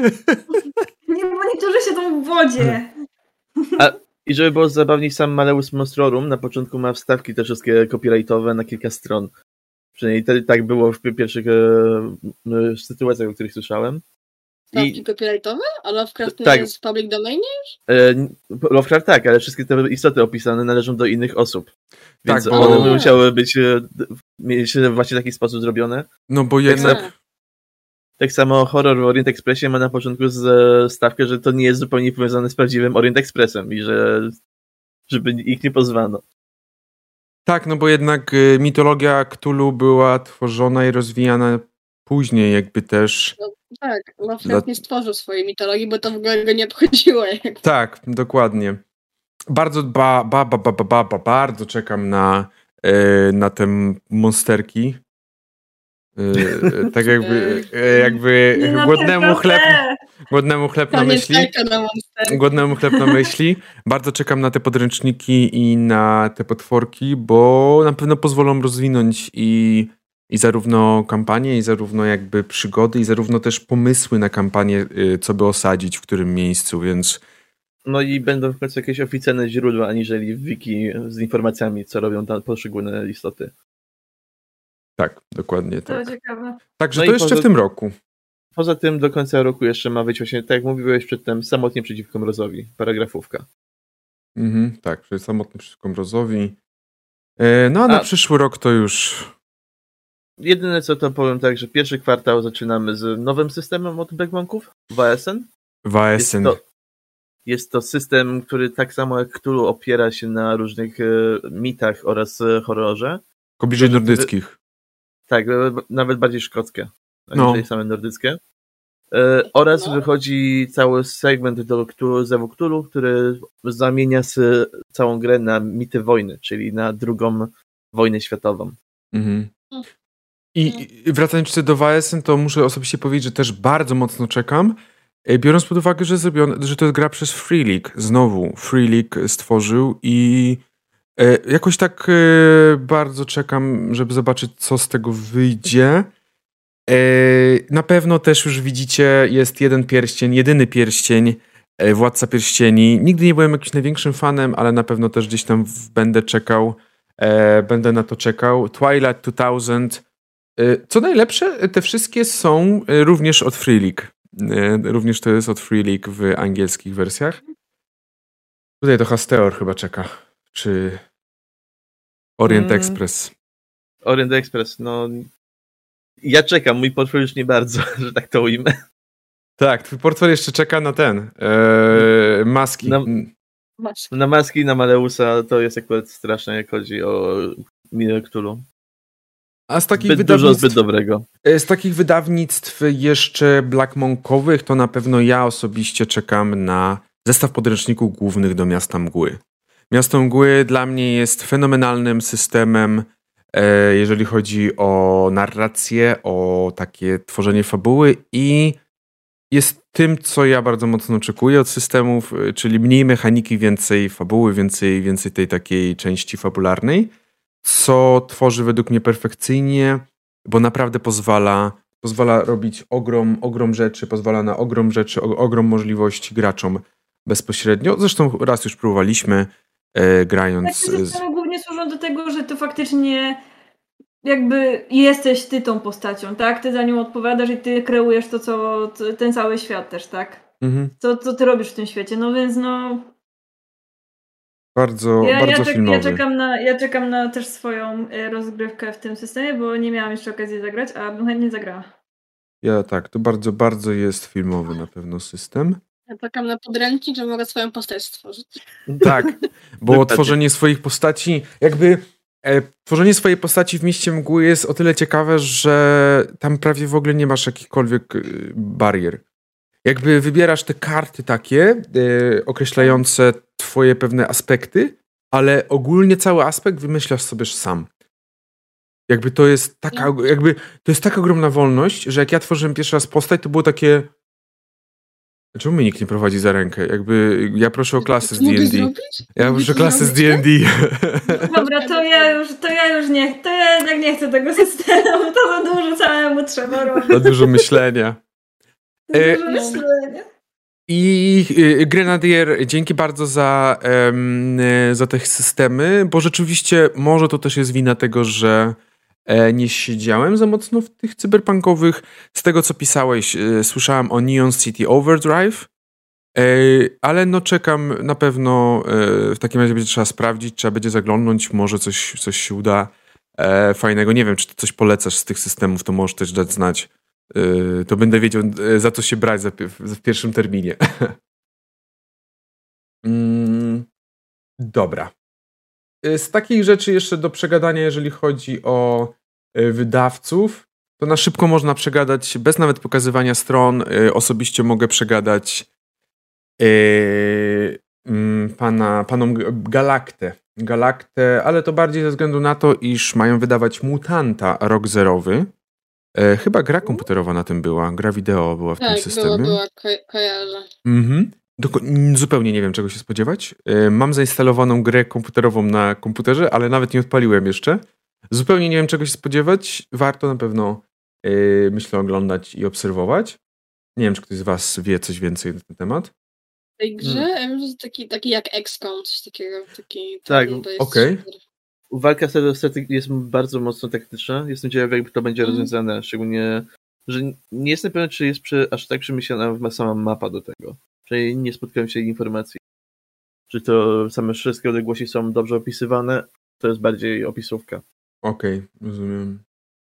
Nie, bo niektórzy siedzą w wodzie. A, I żeby było zabawniej, sam Malleus Monstrorum na początku ma wstawki te wszystkie copyrightowe na kilka stron. Przynajmniej te, tak było w pierwszych e, e, sytuacjach, o których słyszałem. Wstawki copyrightowe? A Lovecraft nie tak. jest public domain już? E, Lovecraft tak, ale wszystkie te istoty opisane należą do innych osób. Więc tak, bo... one musiały być e, mieć właśnie w taki sposób zrobione. No bo jednak... Tak, tak samo horror w Orient Expressie ma na początku z, stawkę, że to nie jest zupełnie powiązane z prawdziwym Orient Expressem i że żeby ich nie pozwano. Tak, no bo jednak mitologia Cthulhu była tworzona i rozwijana później jakby też. No, tak, Lovecraft Dla... nie stworzył swojej mitologii, bo to w ogóle go nie obchodziło. Jakby. Tak, dokładnie. Bardzo, ba, ba, ba, ba, ba, ba, bardzo czekam na, yy, na te monsterki. Yy, tak jakby, yy, jakby głodnemu chleb, głodnemu chleb na myśli. Głodnemu chleb na myśli. Bardzo czekam na te podręczniki i na te potworki, bo na pewno pozwolą rozwinąć i, i zarówno kampanię, i zarówno jakby przygody, i zarówno też pomysły na kampanię, yy, co by osadzić, w którym miejscu, więc... No i będą w końcu jakieś oficjalne źródła, aniżeli w wiki z informacjami, co robią tam poszczególne istoty. Tak, dokładnie tak. To ciekawe. Także no to jeszcze poza... w tym roku. poza tym do końca roku jeszcze ma być właśnie, tak jak mówiłeś przedtem, Samotnie przeciwko mrozowi, paragrafówka. Mhm, tak, czyli Samotnie przeciwko mrozowi. E, no a na a, przyszły rok to już... Jedyne co to powiem tak, że pierwszy kwartał zaczynamy z nowym systemem od Backbanków, W A S N. W A S N. Jest to, jest to system, który tak samo jak Cthulhu opiera się na różnych e, mitach oraz e, horrorze. Bliżej nordyckich. Tak, nawet bardziej szkockie, aniżeli no. same nordyckie. E, oraz no. wychodzi cały segment do Cthulhu, Zewu Cthulhu, który zamienia z całą grę na mity wojny, czyli na drugą wojnę światową. Mhm. I wracając jeszcze do W A S N, to muszę osobiście powiedzieć, że też bardzo mocno czekam, biorąc pod uwagę, że, zrobione, że to jest gra przez Free League. Znowu Free League stworzył i e, jakoś tak e, bardzo czekam, żeby zobaczyć, co z tego wyjdzie. E, na pewno też już widzicie, jest jeden pierścień, jedyny pierścień, e, Władca Pierścieni. Nigdy nie byłem jakimś największym fanem, ale na pewno też gdzieś tam w, będę czekał. E, będę na to czekał. Twilight dwa tysiące. E, co najlepsze, te wszystkie są również od Free League. Również to jest od Free League w angielskich wersjach. Tutaj to Hasteor chyba czeka. Czy Orient hmm. Express. Orient Express, no ja czekam, mój portfel już nie bardzo, że tak to ujmę. Tak, twój portfel jeszcze czeka na ten. Ee, maski. Na, na maski, na Maleusa to jest akurat straszne, jak chodzi o Minę Cthulhu. A z takich zbyt wydawnictw, dużo, zbyt dobrego. Z takich wydawnictw jeszcze Black Monkowych, to na pewno ja osobiście czekam na zestaw podręczników głównych do Miasta Mgły. Miasto Mgły dla mnie jest fenomenalnym systemem, jeżeli chodzi o narrację, o takie tworzenie fabuły i jest tym, co ja bardzo mocno oczekuję od systemów, czyli mniej mechaniki, więcej fabuły, więcej, więcej tej takiej części fabularnej, co tworzy według mnie perfekcyjnie, bo naprawdę pozwala, pozwala robić ogrom, ogrom rzeczy, pozwala na ogrom rzeczy, ogrom możliwości graczom bezpośrednio. Zresztą raz już próbowaliśmy, e, grając... Takie systemy głównie służą do tego, że to faktycznie jakby jesteś ty tą postacią, tak? Ty za nią odpowiadasz i ty kreujesz to, co ten cały świat też, tak? Mhm. Co, co ty robisz w tym świecie, no więc no... Bardzo, ja, bardzo ja, czek, filmowy. Ja czekam, na, ja czekam na też swoją rozgrywkę w tym systemie, bo nie miałam jeszcze okazji zagrać, a bym chętnie zagrała. Ja tak, to bardzo, bardzo jest filmowy na pewno system. Ja czekam na podręcznik, że mogę swoją postać stworzyć. Tak, bo tworzenie swoich postaci, jakby e, tworzenie swojej postaci w Mieście Mgły jest o tyle ciekawe, że tam prawie w ogóle nie masz jakichkolwiek e, barier. Jakby wybierasz te karty takie e, określające twoje pewne aspekty, ale ogólnie cały aspekt wymyślasz sobie sam. Jakby to jest taka, jakby to jest taka ogromna wolność, że jak ja tworzyłem pierwszy raz postać, to było takie... Czemu mnie nikt nie prowadzi za rękę? Jakby ja proszę o klasę z D and D. Ja proszę o klasę z D and D. Dobra, to ja już, to ja już nie, to ja jednak nie chcę tego systemu, to za dużo całemu trzeba robić. Za dużo myślenia. Za dużo myślenia. I Grenadier, dzięki bardzo za, um, za te systemy, bo rzeczywiście może to też jest wina tego, że nie siedziałem za mocno w tych cyberpunkowych. Z tego, co pisałeś, słyszałem o Neon City Overdrive, ale no czekam na pewno, w takim razie będzie trzeba sprawdzić, trzeba będzie zaglądnąć, może coś, coś się uda fajnego. Nie wiem, czy ty coś polecasz z tych systemów, to możesz też dać znać. To będę wiedział, za co się brać za, w pierwszym terminie. mm, dobra. Z takich rzeczy jeszcze do przegadania, jeżeli chodzi o wydawców, to na szybko można przegadać, bez nawet pokazywania stron. Osobiście mogę przegadać yy, pana, panom Galaktę. Galaktę, ale to bardziej ze względu na to, iż mają wydawać Mutanta rok zerowy. E, chyba gra komputerowa na tym była, gra wideo była w tak, tym systemie. Tak, była, była, ko- kojarzę. Mhm. Doko- zupełnie nie wiem, czego się spodziewać. E, mam zainstalowaną grę komputerową na komputerze, ale nawet nie odpaliłem jeszcze. Zupełnie nie wiem, czego się spodziewać. Warto na pewno, e, myślę, oglądać i obserwować. Nie wiem, czy ktoś z was wie coś więcej na ten temat. W tej grze, hmm. ja wiem, że taki, taki jak X COM, coś takiego. Taki, tak, okej. Okay. Walka z jest bardzo mocno taktyczna. Jestem ciekaw, jak to będzie mm. rozwiązane, szczególnie, że nie jestem pewien, czy jest przy, aż tak przemyślana sama mapa do tego. Czyli nie spotkałem się informacji. Czy to same wszystkie odległości są dobrze opisywane, to jest bardziej opisówka. Okej, okay, rozumiem.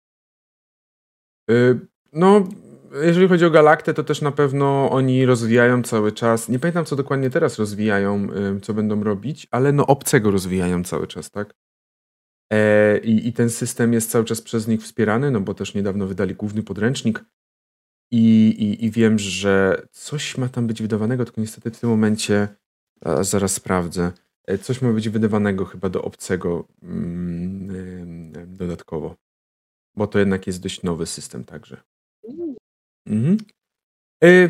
Yy, no, jeżeli chodzi o Galaktę, to też na pewno oni rozwijają cały czas. Nie pamiętam, co dokładnie teraz rozwijają, yy, co będą robić, ale no obcego rozwijają cały czas, tak? E, i, I ten system jest cały czas przez nich wspierany, no bo też niedawno wydali główny podręcznik i, i, i wiem, że coś ma tam być wydawanego, tylko niestety w tym momencie a, zaraz sprawdzę. E, coś ma być wydawanego chyba do obcego mm, y, dodatkowo, bo to jednak jest dość nowy system także. Mhm. E,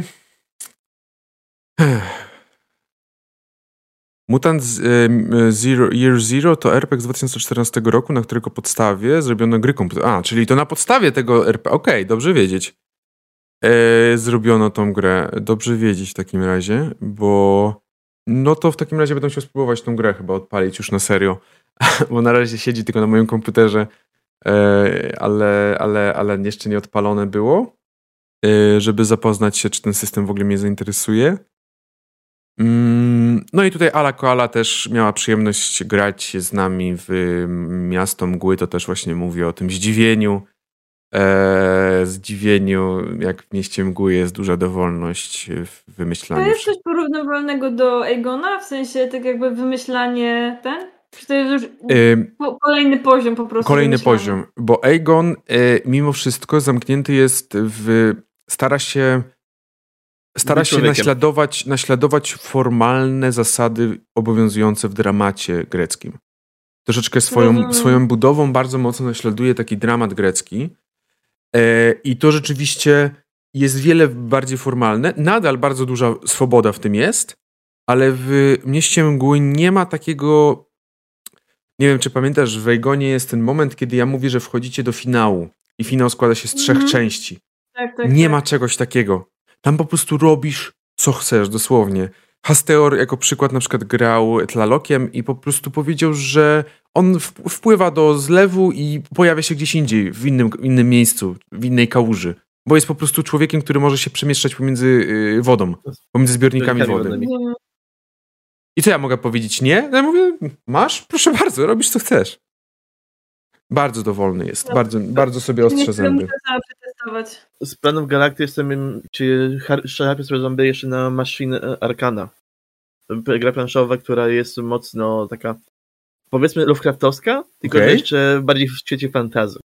Mutant Zero, Year Zero to er pe gie z dwa tysiące czternastego roku, na którego podstawie zrobiono gry komputerowe. A, czyli to na podstawie tego er pe gie. Okej, okay, dobrze wiedzieć. E, zrobiono tą grę. Dobrze wiedzieć w takim razie, bo no to w takim razie będę chciał spróbować tą grę chyba odpalić już na serio, bo na razie siedzi tylko na moim komputerze, e, ale, ale, ale jeszcze nie odpalone było, e, żeby zapoznać się, czy ten system w ogóle mnie zainteresuje. No i tutaj Ala Koala też miała przyjemność grać z nami w Miasto Mgły, to też właśnie mówi o tym zdziwieniu, e, zdziwieniu, jak w Mieście Mgły jest duża dowolność w wymyślaniu. To jest coś porównywalnego do Egona, w sensie tak jakby wymyślanie ten? Czy to jest już y, po, kolejny poziom po prostu? Kolejny wymyślania? poziom, bo Egon y, mimo wszystko zamknięty jest w... stara się Stara się naśladować, naśladować formalne zasady obowiązujące w dramacie greckim. Troszeczkę swoją, swoją budową bardzo mocno naśladuje taki dramat grecki. E, I to rzeczywiście jest wiele bardziej formalne. Nadal bardzo duża swoboda w tym jest, ale w Mieście Mgły nie ma takiego... Nie wiem, czy pamiętasz, w Egonie jest ten moment, kiedy ja mówię, że wchodzicie do finału. I finał składa się z trzech mm-hmm. części. Tak, tak, nie tak. ma czegoś takiego. Tam po prostu robisz, co chcesz, dosłownie. Hasteor jako przykład na przykład grał Tlalokiem i po prostu powiedział, że on w- wpływa do zlewu i pojawia się gdzieś indziej, w innym, innym miejscu, w innej kałuży. Bo jest po prostu człowiekiem, który może się przemieszczać pomiędzy yy, wodą, pomiędzy zbiornikami wody. I co ja mogę powiedzieć? Nie? No ja mówię, masz? Proszę bardzo, robisz co chcesz. Bardzo dowolny jest, no, bardzo, bardzo sobie ostrze zęby. Z planów Galakty jestem, czy Harpy Zombie jeszcze na Machine Arcana. Gra planszowa, która jest mocno taka, powiedzmy, Lovecraftowska, tylko okay. jeszcze bardziej w świecie fantasy.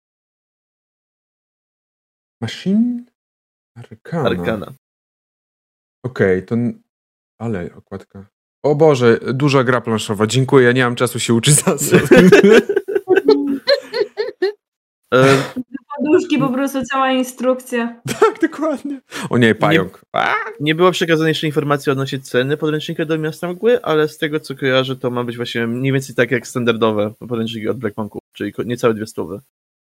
Machine Arcana. Arcana. Okej, okay, to... Ale okładka. O Boże, duża gra planszowa. Dziękuję, ja nie mam czasu się uczyć zasad. Poduszki, po prostu cała instrukcja. Tak, dokładnie. O nie, pająk. Nie, nie było przekazane jeszcze informacji odnośnie ceny podręcznika do Miasta Mgły, ale z tego co kojarzę, to ma być właśnie mniej więcej tak jak standardowe podręczniki od Black Monków, czyli niecałe dwie stówy.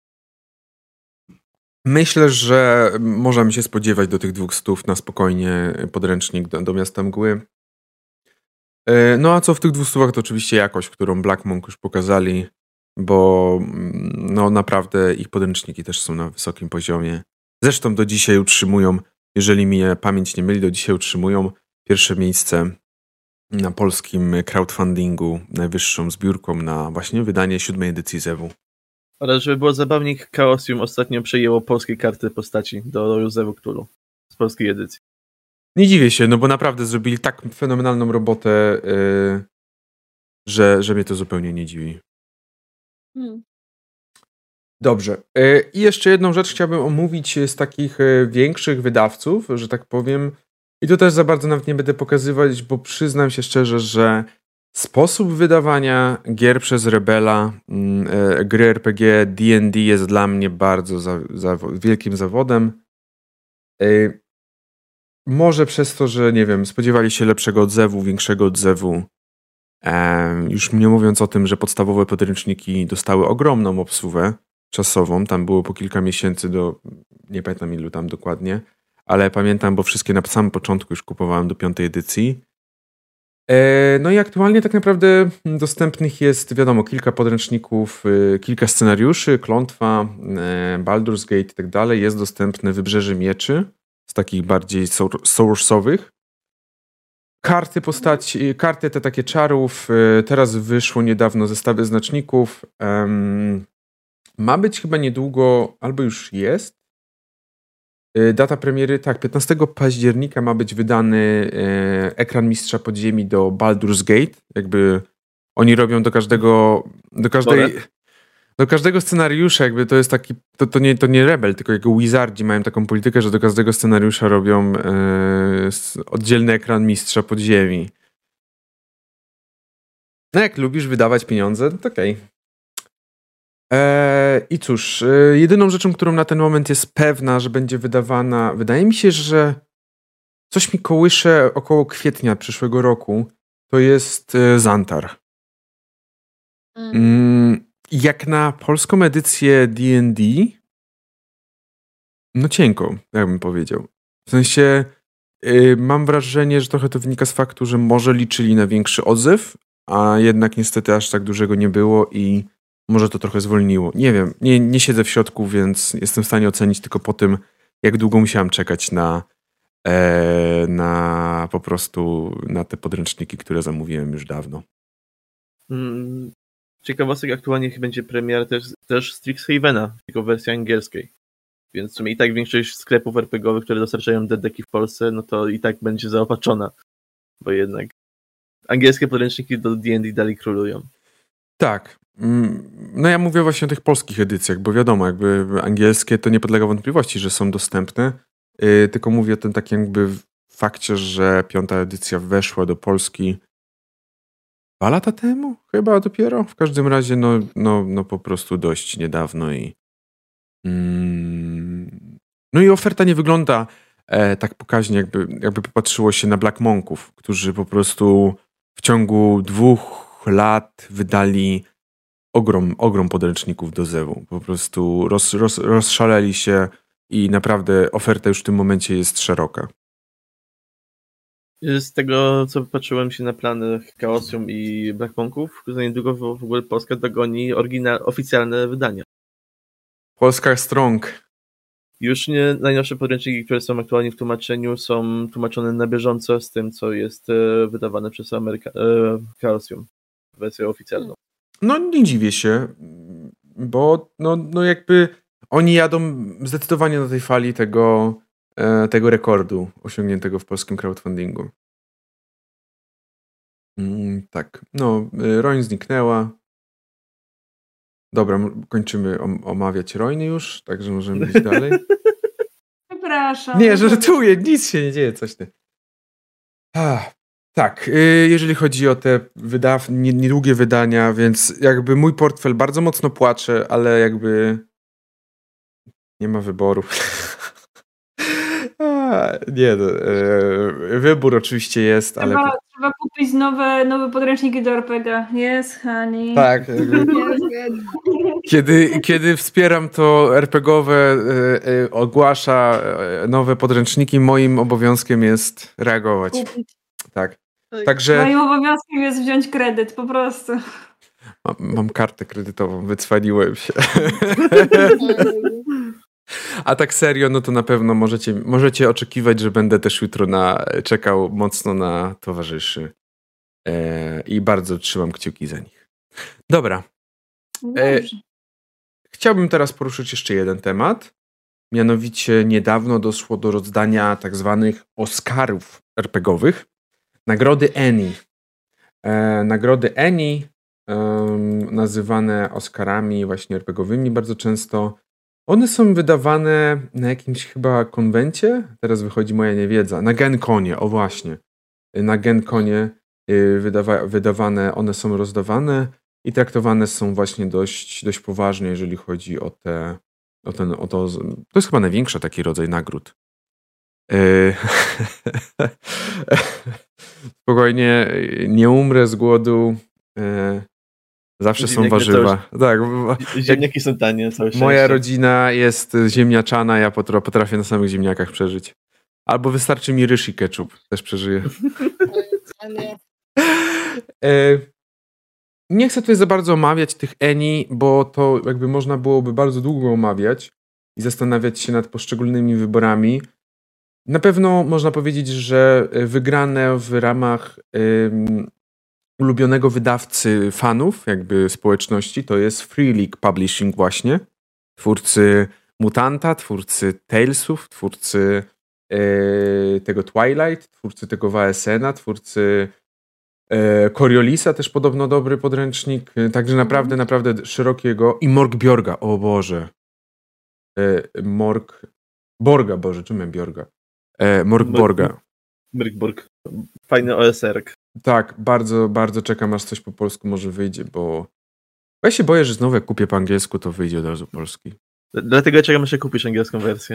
Myślę, że możemy się spodziewać do tych dwóch stów na spokojnie podręcznik do, do Miasta Mgły. No a co w tych dwóch stówach, to oczywiście jakość, którą Black Monk już pokazali, bo no naprawdę ich podręczniki też są na wysokim poziomie. Zresztą do dzisiaj utrzymują, jeżeli mnie pamięć nie myli, do dzisiaj utrzymują pierwsze miejsce na polskim crowdfundingu, najwyższą zbiórką na właśnie wydanie siódmej edycji Zewu. Oraz żeby było zabawniej, Chaosium ostatnio przejęło polskie karty postaci do Zewu Cthulhu z polskiej edycji. Nie dziwię się, no bo naprawdę zrobili tak fenomenalną robotę, yy, że, że mnie to zupełnie nie dziwi. Hmm. Dobrze. Yy, I jeszcze jedną rzecz chciałbym omówić z takich yy, większych wydawców, że tak powiem. I to też za bardzo nawet nie będę pokazywać, bo przyznam się szczerze, że sposób wydawania gier przez Rebela, yy, gry er pe gie, D and D jest dla mnie bardzo za, za wielkim zawodem. Yy, Może przez to, że nie wiem, spodziewali się lepszego odzewu, większego odzewu. E, już nie mówiąc o tym, że podstawowe podręczniki dostały ogromną obsługę czasową. Tam było po kilka miesięcy do, nie pamiętam ilu tam dokładnie, ale pamiętam, bo wszystkie na samym początku już kupowałem do piątej edycji. No i aktualnie tak naprawdę dostępnych jest, wiadomo, kilka podręczników, kilka scenariuszy, Klątwa, Baldur's Gate i tak dalej. Jest dostępne Wybrzeże Mieczy z takich bardziej source'owych. Karty postaci, karty te takie czarów. Teraz wyszło niedawno zestawy znaczników. Ma być chyba niedługo, albo już jest. Data premiery, tak, piętnastego października ma być wydany e, ekran Mistrza Podziemi do Baldur's Gate. Jakby oni robią do każdego, do każdej, do każdego scenariusza, jakby to jest taki, to, to, nie, to nie Rebel, tylko jak Wizardzi mają taką politykę, że do każdego scenariusza robią e, oddzielny ekran Mistrza Podziemi. No jak lubisz wydawać pieniądze, to okej. Okay. I cóż, jedyną rzeczą, którą na ten moment jest pewna, że będzie wydawana, wydaje mi się, że coś mi kołysze około kwietnia przyszłego roku, to jest Zantar. Mm. Jak na polską edycję D and D, no cienko, jak bym powiedział. W sensie yy, mam wrażenie, że trochę to wynika z faktu, że może liczyli na większy odzew, a jednak niestety aż tak dużego nie było i może to trochę zwolniło. Nie wiem, nie, nie siedzę w środku, więc jestem w stanie ocenić tylko po tym, jak długo musiałem czekać na, e, na po prostu na te podręczniki, które zamówiłem już dawno. Hmm. Ciekawostek, aktualnie będzie premiera też, też Strixhavena, tylko w wersji angielskiej. Więc w sumie i tak większość sklepów er pe gie owych, które dostarczają D&D-ki w Polsce, no to i tak będzie zaopatrzona. Bo jednak angielskie podręczniki do D and D dalej królują. Tak. No ja mówię właśnie o tych polskich edycjach, bo wiadomo, jakby angielskie to nie podlega wątpliwości, że są dostępne, yy, tylko mówię o tym takim jakby fakcie, że piąta edycja weszła do Polski dwa lata temu? Chyba dopiero? W każdym razie no, no, no po prostu dość niedawno i mm, no i oferta nie wygląda e, tak pokaźnie, jakby, jakby popatrzyło się na Black Monków, którzy po prostu w ciągu dwóch lat wydali ogrom, ogrom podręczników do zewu. Po prostu roz, roz, rozszaleli się i naprawdę oferta już w tym momencie jest szeroka. Z tego, co patrzyłem się na plany Chaosium i Black Monków, za niedługo w ogóle Polska dogoni oryginal, oficjalne wydania. Polska Strong. Już nie najnowsze podręczniki, które są aktualnie w tłumaczeniu, są tłumaczone na bieżąco z tym, co jest wydawane przez Ameryka- e, Chaosium. Wersję oficjalną. No nie dziwię się, bo no, no jakby oni jadą zdecydowanie na tej fali tego, e, tego rekordu osiągniętego w polskim crowdfundingu. Mm, tak, no Roin zniknęła. Dobra, kończymy om- omawiać Roiny już, także możemy iść dalej. Przepraszam. Nie, żartuję, nic się nie dzieje, coś ty. Ah. Tak, jeżeli chodzi o te wydaw- niedługie wydania, więc jakby mój portfel bardzo mocno płacze, ale jakby nie ma wyboru. A, nie, no, e, wybór oczywiście jest, ale... Trzeba, trzeba kupić nowe, nowe podręczniki do er pe gie. Yes, honey. Tak. Jakby, kiedy, kiedy wspieram to er pe gie owe e, e, ogłasza nowe podręczniki, moim obowiązkiem jest reagować. Kupić. Tak. Także... Moim obowiązkiem jest wziąć kredyt, po prostu. Mam, mam kartę kredytową, wycwaniłem się. A tak serio, no to na pewno możecie, możecie oczekiwać, że będę też jutro na, czekał mocno na towarzyszy. E, I bardzo trzymam kciuki za nich. Dobra. E, chciałbym teraz poruszyć jeszcze jeden temat. Mianowicie niedawno doszło do rozdania tak zwanych Oscarów er pe gie owych. Nagrody Annie. E, nagrody Annie, e, nazywane Oscarami właśnie er pe gie owymi bardzo często. One są wydawane na jakimś chyba konwencie. Teraz wychodzi moja niewiedza. Na Gen Conie, o właśnie. Na Gen Conie wydawa- wydawane, one są rozdawane i traktowane są właśnie dość, dość poważnie, jeżeli chodzi o te, o ten, o to. To jest chyba największy taki rodzaj nagród. Spokojnie, nie umrę z głodu. Zawsze są warzywa. Tak. Ziemniaki są tanie. Całe Moja rodzina jest ziemniaczana, ja potrafię na samych ziemniakach przeżyć. Albo wystarczy mi ryż i ketchup, też przeżyję. e, nie chcę tutaj za bardzo omawiać tych Eni, bo to jakby można byłoby bardzo długo omawiać i zastanawiać się nad poszczególnymi wyborami. Na pewno można powiedzieć, że wygrane w ramach um, ulubionego wydawcy fanów, jakby społeczności, to jest Free League Publishing właśnie. Twórcy Mutanta, twórcy Talesów, twórcy e, tego Twilight, twórcy tego W S N-a, twórcy e, Coriolisa, też podobno dobry podręcznik. Także naprawdę, naprawdę szerokiego. I Morkbjörga, o Boże. E, Mork... Borga, Boże, czym miałem Bjorga? E, Morkborga. Morkborg. Fajny O S R. Tak, bardzo, bardzo czekam, aż coś po polsku może wyjdzie, bo ja się boję, że znowu jak kupię po angielsku, to wyjdzie od razu polski. Dlatego czekam, aż kupisz angielską wersję.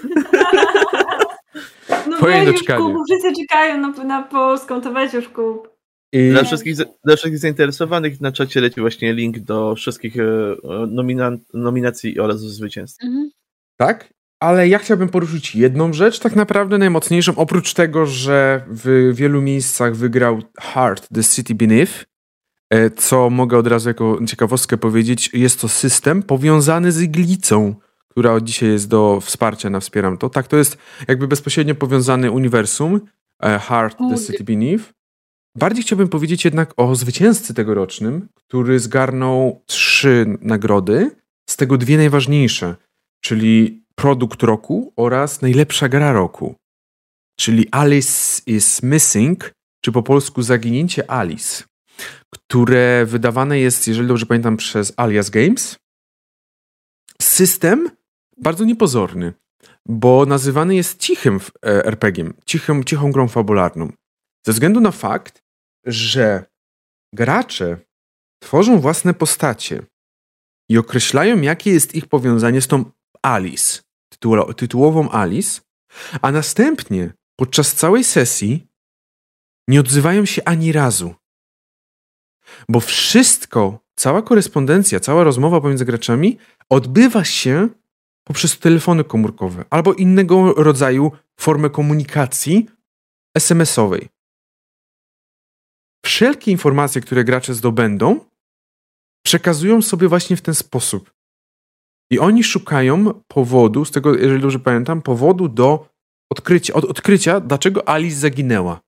No weź już kup, wszyscy czekają na, na polską, to weź już kup. I... Dla, wszystkich, dla wszystkich zainteresowanych na czacie leci właśnie link do wszystkich nomina- nominacji oraz zwycięstw. Mhm. Tak? Ale ja chciałbym poruszyć jedną rzecz, tak naprawdę najmocniejszą, oprócz tego, że w wielu miejscach wygrał Heart, The City Beneath, co mogę od razu jako ciekawostkę powiedzieć, jest to system powiązany z iglicą, która od dzisiaj jest do wsparcia na Wspieram To. Tak, to jest jakby bezpośrednio powiązany uniwersum Heart, The City Beneath. Bardziej chciałbym powiedzieć jednak o zwycięzcy tegorocznym, który zgarnął trzy nagrody, z tego dwie najważniejsze, czyli Produkt Roku oraz Najlepsza Gra Roku, czyli Alice is Missing, czy po polsku Zaginięcie Alice, które wydawane jest, jeżeli dobrze pamiętam, przez Alias Games. System bardzo niepozorny, bo nazywany jest cichym er pe gie em, cichym, cichą grą fabularną. Ze względu na fakt, że gracze tworzą własne postacie i określają, jakie jest ich powiązanie z tą Alice, tytuło, tytułową Alice, a następnie podczas całej sesji nie odzywają się ani razu. Bo wszystko, cała korespondencja, cała rozmowa pomiędzy graczami odbywa się poprzez telefony komórkowe albo innego rodzaju formę komunikacji es em esowej. Wszelkie informacje, które gracze zdobędą, przekazują sobie właśnie w ten sposób. I oni szukają powodu, z tego, jeżeli dobrze pamiętam, powodu do odkrycia, od odkrycia, dlaczego Alice zaginęła.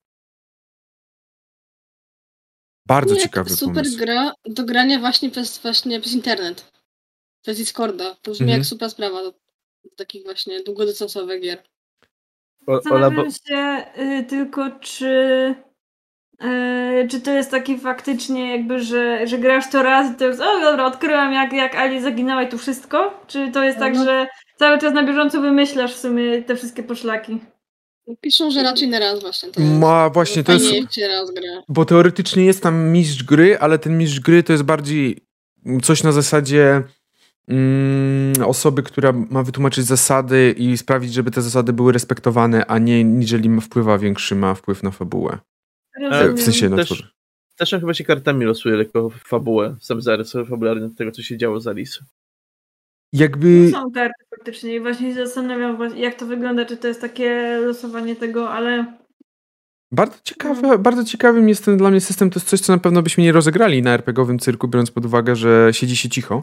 Bardzo Nie, ciekawy super pomysł. Super gra do grania właśnie przez, właśnie przez internet. Przez Discorda. To brzmi mhm. jak super sprawa do, do takich właśnie długodystansowych gier. Zastanawiam się y, tylko, czy y, czy to jest taki faktycznie jakby, że, że grasz to raz i to jest, o dobra, odkryłam jak, jak Ali zaginęła i tu wszystko? Czy to jest no. tak, że cały czas na bieżąco wymyślasz w sumie te wszystkie poszlaki? Piszą, że raczej na raz właśnie. To jest, Ma właśnie, to jest, raz gra. Bo teoretycznie jest tam mistrz gry, ale ten mistrz gry to jest bardziej coś na zasadzie mm, osoby, która ma wytłumaczyć zasady i sprawić, żeby te zasady były respektowane, a nie niżeli ma wpływa większy, ma wpływ na fabułę. Rozumiem. W sensie na też, tworze. też chyba się kartami losuje lekko fabułę, sam zarys fabularny tego, co się działo z Alice. Jakby... Są karty faktycznie i właśnie się zastanawiam, jak to wygląda, czy to jest takie losowanie tego, ale... Bardzo ciekawe, bardzo ciekawym jest ten dla mnie system, to jest coś, co na pewno byśmy nie rozegrali na er pe gie owym cyrku, biorąc pod uwagę, że siedzi się cicho.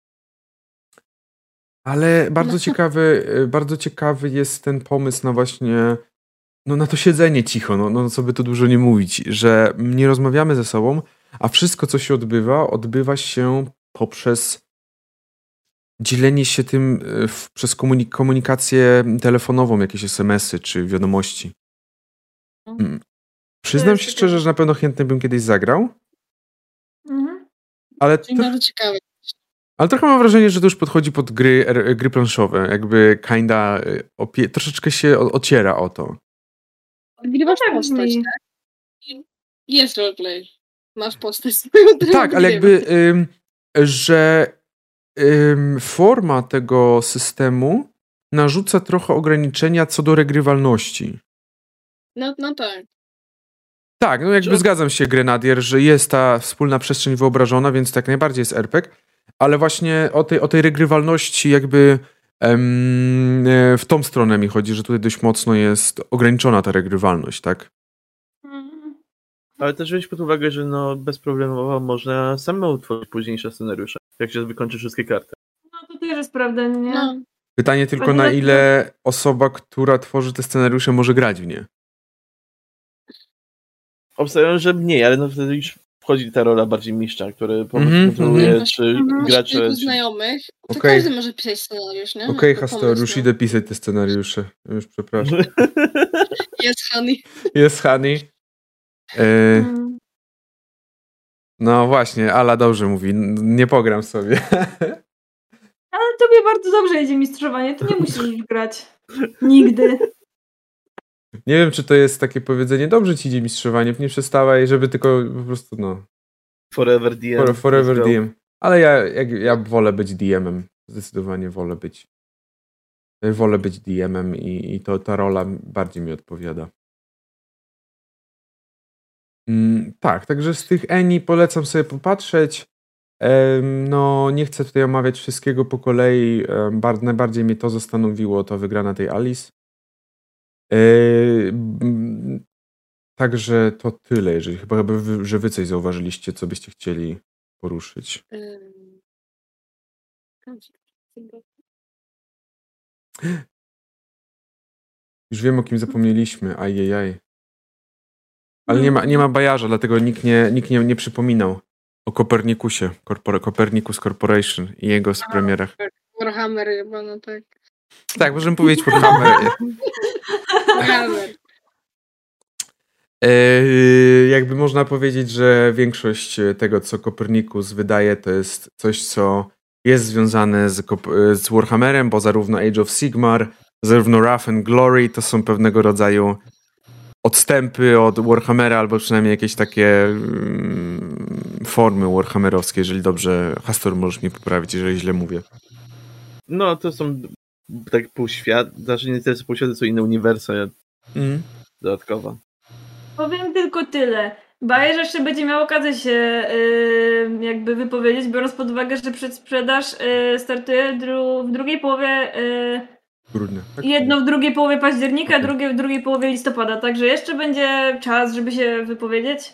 Ale bardzo ciekawy, bardzo ciekawy jest ten pomysł na właśnie, no na to siedzenie cicho, no, no co by tu dużo nie mówić, że nie rozmawiamy ze sobą, a wszystko, co się odbywa, odbywa się poprzez dzielenie się tym w, przez komunik- komunikację telefonową, jakieś es em esy czy wiadomości. Hmm. Przyznam się szczerze, że na pewno chętnie bym kiedyś zagrał. Mhm. Ale, to ciekawe. ale trochę mam wrażenie, że to już podchodzi pod gry, gry planszowe. Jakby kinda opie- troszeczkę się ociera o to. Odgrywasz postać, tak? Jest roleplay. Masz postać. Tak, ale jakby, ym, że ym, forma tego systemu narzuca trochę ograniczenia co do regrywalności. No, no tak. Tak, no jakby Czy... zgadzam się, Grenadier, że jest ta wspólna przestrzeń wyobrażona, więc tak najbardziej jest er pe gie, ale właśnie o tej, o tej regrywalności jakby em, w tą stronę mi chodzi, że tutaj dość mocno jest ograniczona ta regrywalność, tak? Ale też weź pod uwagę, że no bezproblemowo można samemu tworzyć późniejsze scenariusze, jak się wykończy wszystkie karty. No to też jest prawda, nie? No. Pytanie tylko, na ile osoba, która tworzy te scenariusze, może grać w nie. Obstawiam, że mniej, ale no wtedy już wchodzi ta rola bardziej mistrza, który po prostu Mhm, kontroluje, mhm. czy Mhm. gracze... kilku Czy... znajomych, to Okej. każdy może pisać scenariusz, nie? Okej, okay, Jako Hastor, pomysł, już no. idę pisać te scenariusze. Już przepraszam. Jest Honey. Jest Honey. E, Mm. no właśnie, Ala dobrze mówi. n- Nie pogram sobie. Ale tobie bardzo dobrze idzie mistrzowanie, to nie musisz już grać. Nigdy. Nie wiem, czy to jest takie powiedzenie, dobrze ci idzie mistrzowanie, nie przestawaj, żeby tylko po prostu, no, Forever D M. for, forever let's go. D M. Ale ja, jak, ja wolę być D M-em. Zdecydowanie wolę być. Wolę być D M-em i, i to ta rola bardziej mi odpowiada. Mm, tak, także z tych Eni polecam sobie popatrzeć. Em, no, nie chcę tutaj omawiać wszystkiego po kolei. Em, bar- najbardziej mnie to zastanowiło, to wygrana tej Alice. E, mm, Także to tyle, jeżeli chyba, wy, że wy coś zauważyliście, co byście chcieli poruszyć. Ym. Już wiem, o kim zapomnieliśmy. Ajajaj. Ale nie ma, nie ma bajarza, dlatego nikt nie, nikt nie, nie przypominał o Kopernikusie, Corpor- Copernicus Corporation i jego z premierach. Warhammer chyba, no tak. Tak, możemy powiedzieć Warhammer. Warhammer. E, jakby można powiedzieć, że większość tego, co Copernicus wydaje, to jest coś, co jest związane z, Kop- z Warhammerem, bo zarówno Age of Sigmar, zarówno Wrath and Glory to są pewnego rodzaju odstępy od Warhammera, albo przynajmniej jakieś takie mm, formy warhammerowskie, jeżeli dobrze. Hastor, możesz mnie poprawić, jeżeli źle mówię. No, to są tak półświat, znaczy nie tyle co półświaty, co inne uniwersa Mm. dodatkowo. Powiem tylko tyle. Bayer jeszcze będzie miał okazję się yy, jakby wypowiedzieć, biorąc pod uwagę, że przedsprzedaż yy, startuje dru- w drugiej połowie yy, Grudnia. Tak? jedno w drugiej połowie października, Okay. drugie w drugiej połowie listopada, także jeszcze będzie czas, żeby się wypowiedzieć.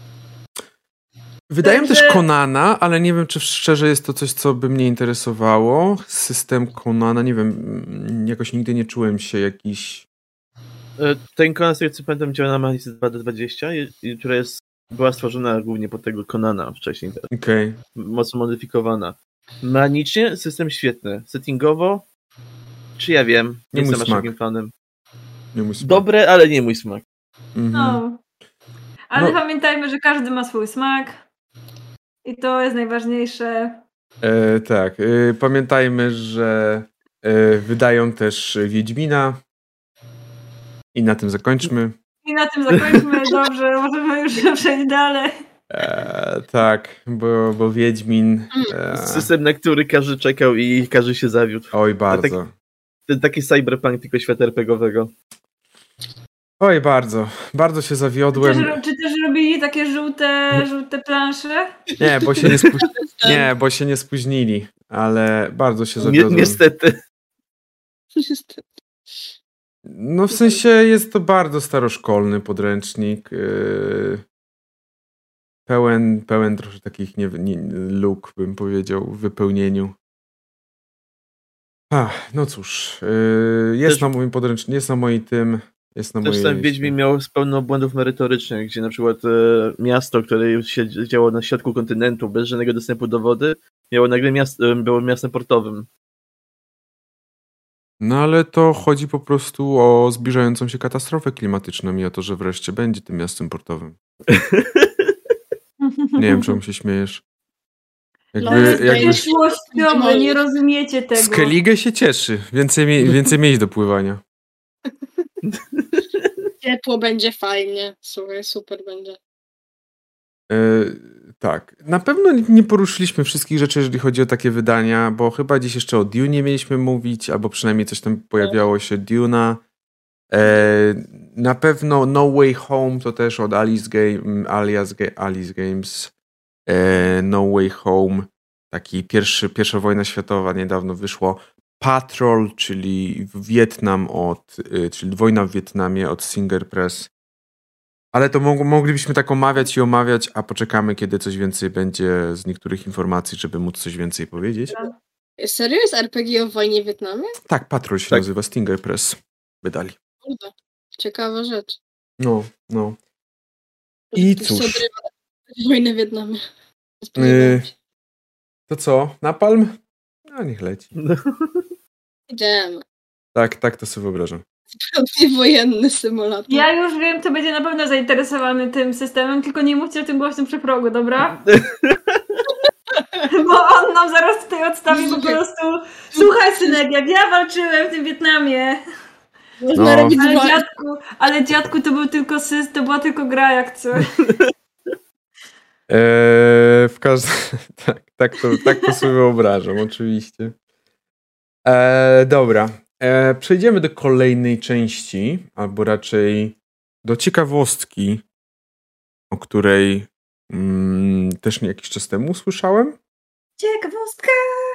Wydaje mi Także- też Conana, ale nie wiem, czy szczerze jest to coś, co by mnie interesowało. System Conana, nie wiem, mm, jakoś nigdy nie czułem się jakiś... E, Ten Conan, z tego co pamiętam, działa na mechanice dwa D dwadzieścia, i- i- która jest, była stworzona głównie pod tego Conana wcześniej, tak, Okej. mocno modyfikowana. Mechanicznie system świetny. Settingowo, czy ja wiem, Nie nie mój jestem aż smak. takim fanem. Nie mój smak. Dobre, ale nie mój smak. Mhm. No. Ale No. pamiętajmy, że każdy ma swój smak i to jest najważniejsze. E, tak, e, pamiętajmy, że e, wydają też Wiedźmina i na tym zakończmy. I na tym zakończmy. Dobrze, możemy już przejść dalej. E, tak, bo, bo Wiedźmin... E, System, na który każdy czekał i każdy się zawiódł. oj, bardzo. Ten taki cyberpunk, tylko świata er pe gie owego. Oj, bardzo. Bardzo się Czy zawiodłem. też, czy też robili takie żółte, żółte plansze? Nie, bo się nie, spóź... nie, bo się nie spóźnili, ale bardzo się Ni- zawiodłem. niestety. No w sensie jest to bardzo staroszkolny podręcznik. Yy, pełen, pełen trochę takich nie, nie, luk, bym powiedział, w wypełnieniu. Ach, no cóż, yy, jest Też- na moim podręczniku, jest na moim tym, jest na Też mojej... sam Wiedźmin miał pełno błędów merytorycznych, gdzie na przykład e, miasto, które się działo na środku kontynentu, bez żadnego dostępu do wody, miało nagle miast, e, było miastem portowym. No ale to chodzi po prostu o zbliżającą się katastrofę klimatyczną i o to, że wreszcie będzie tym miastem portowym. Nie wiem, czemu się śmiejesz. No, Jakby, jest jakby Przyszłościowe, nie rozumiecie tego. Skellige się cieszy. Więcej, mie- więcej miejsc do pływania. Ciepło będzie fajnie. Słuchaj, super będzie. E, tak. Na pewno nie poruszyliśmy wszystkich rzeczy, jeżeli chodzi o takie wydania, bo chyba dziś jeszcze o Dune mieliśmy mówić, albo przynajmniej coś tam pojawiało się Dune'a. E, na pewno No Way Home to też od Alice, Game, alias Ga- Alice Games. E, No Way Home. Taki pierwszy, pierwsza wojna światowa niedawno wyszło. Patrol, czyli Wietnam od, y, czyli wojna w Wietnamie od Singer Press. Ale to mog- moglibyśmy tak omawiać i omawiać, a poczekamy, kiedy coś więcej będzie z niektórych informacji, żeby móc coś więcej powiedzieć. Serio jest er pe gie o wojnie w Wietnamie? Tak, Patrol się Tak. nazywa, Stinger Press wydali. Kurde, ciekawa rzecz. No, no. I Ktoś cóż. sobie odrywa wojnę w Wietnamie. Yy, to co? Napalm? No, niech leci. Idziemy. Tak, tak to sobie wyobrażam. Prawdziwie wojenny symulator. Ja już wiem, kto będzie na pewno zainteresowany tym systemem, tylko nie mówcie o tym głośno przy progu, dobra? Bo on nam zaraz tutaj odstawi po prostu. Słuchaj, synek, jak ja walczyłem w tym Wietnamie. Można No. robić Ale wojnę. dziadku, ale dziadku to był tylko sys, to była tylko gra jak coś. Eee, w każdym... tak, tak, to, tak to sobie wyobrażam, oczywiście. Eee, dobra. Eee, przejdziemy do kolejnej części, albo raczej do ciekawostki, o której mm, też nie jakiś czas temu usłyszałem. Ciekawostka.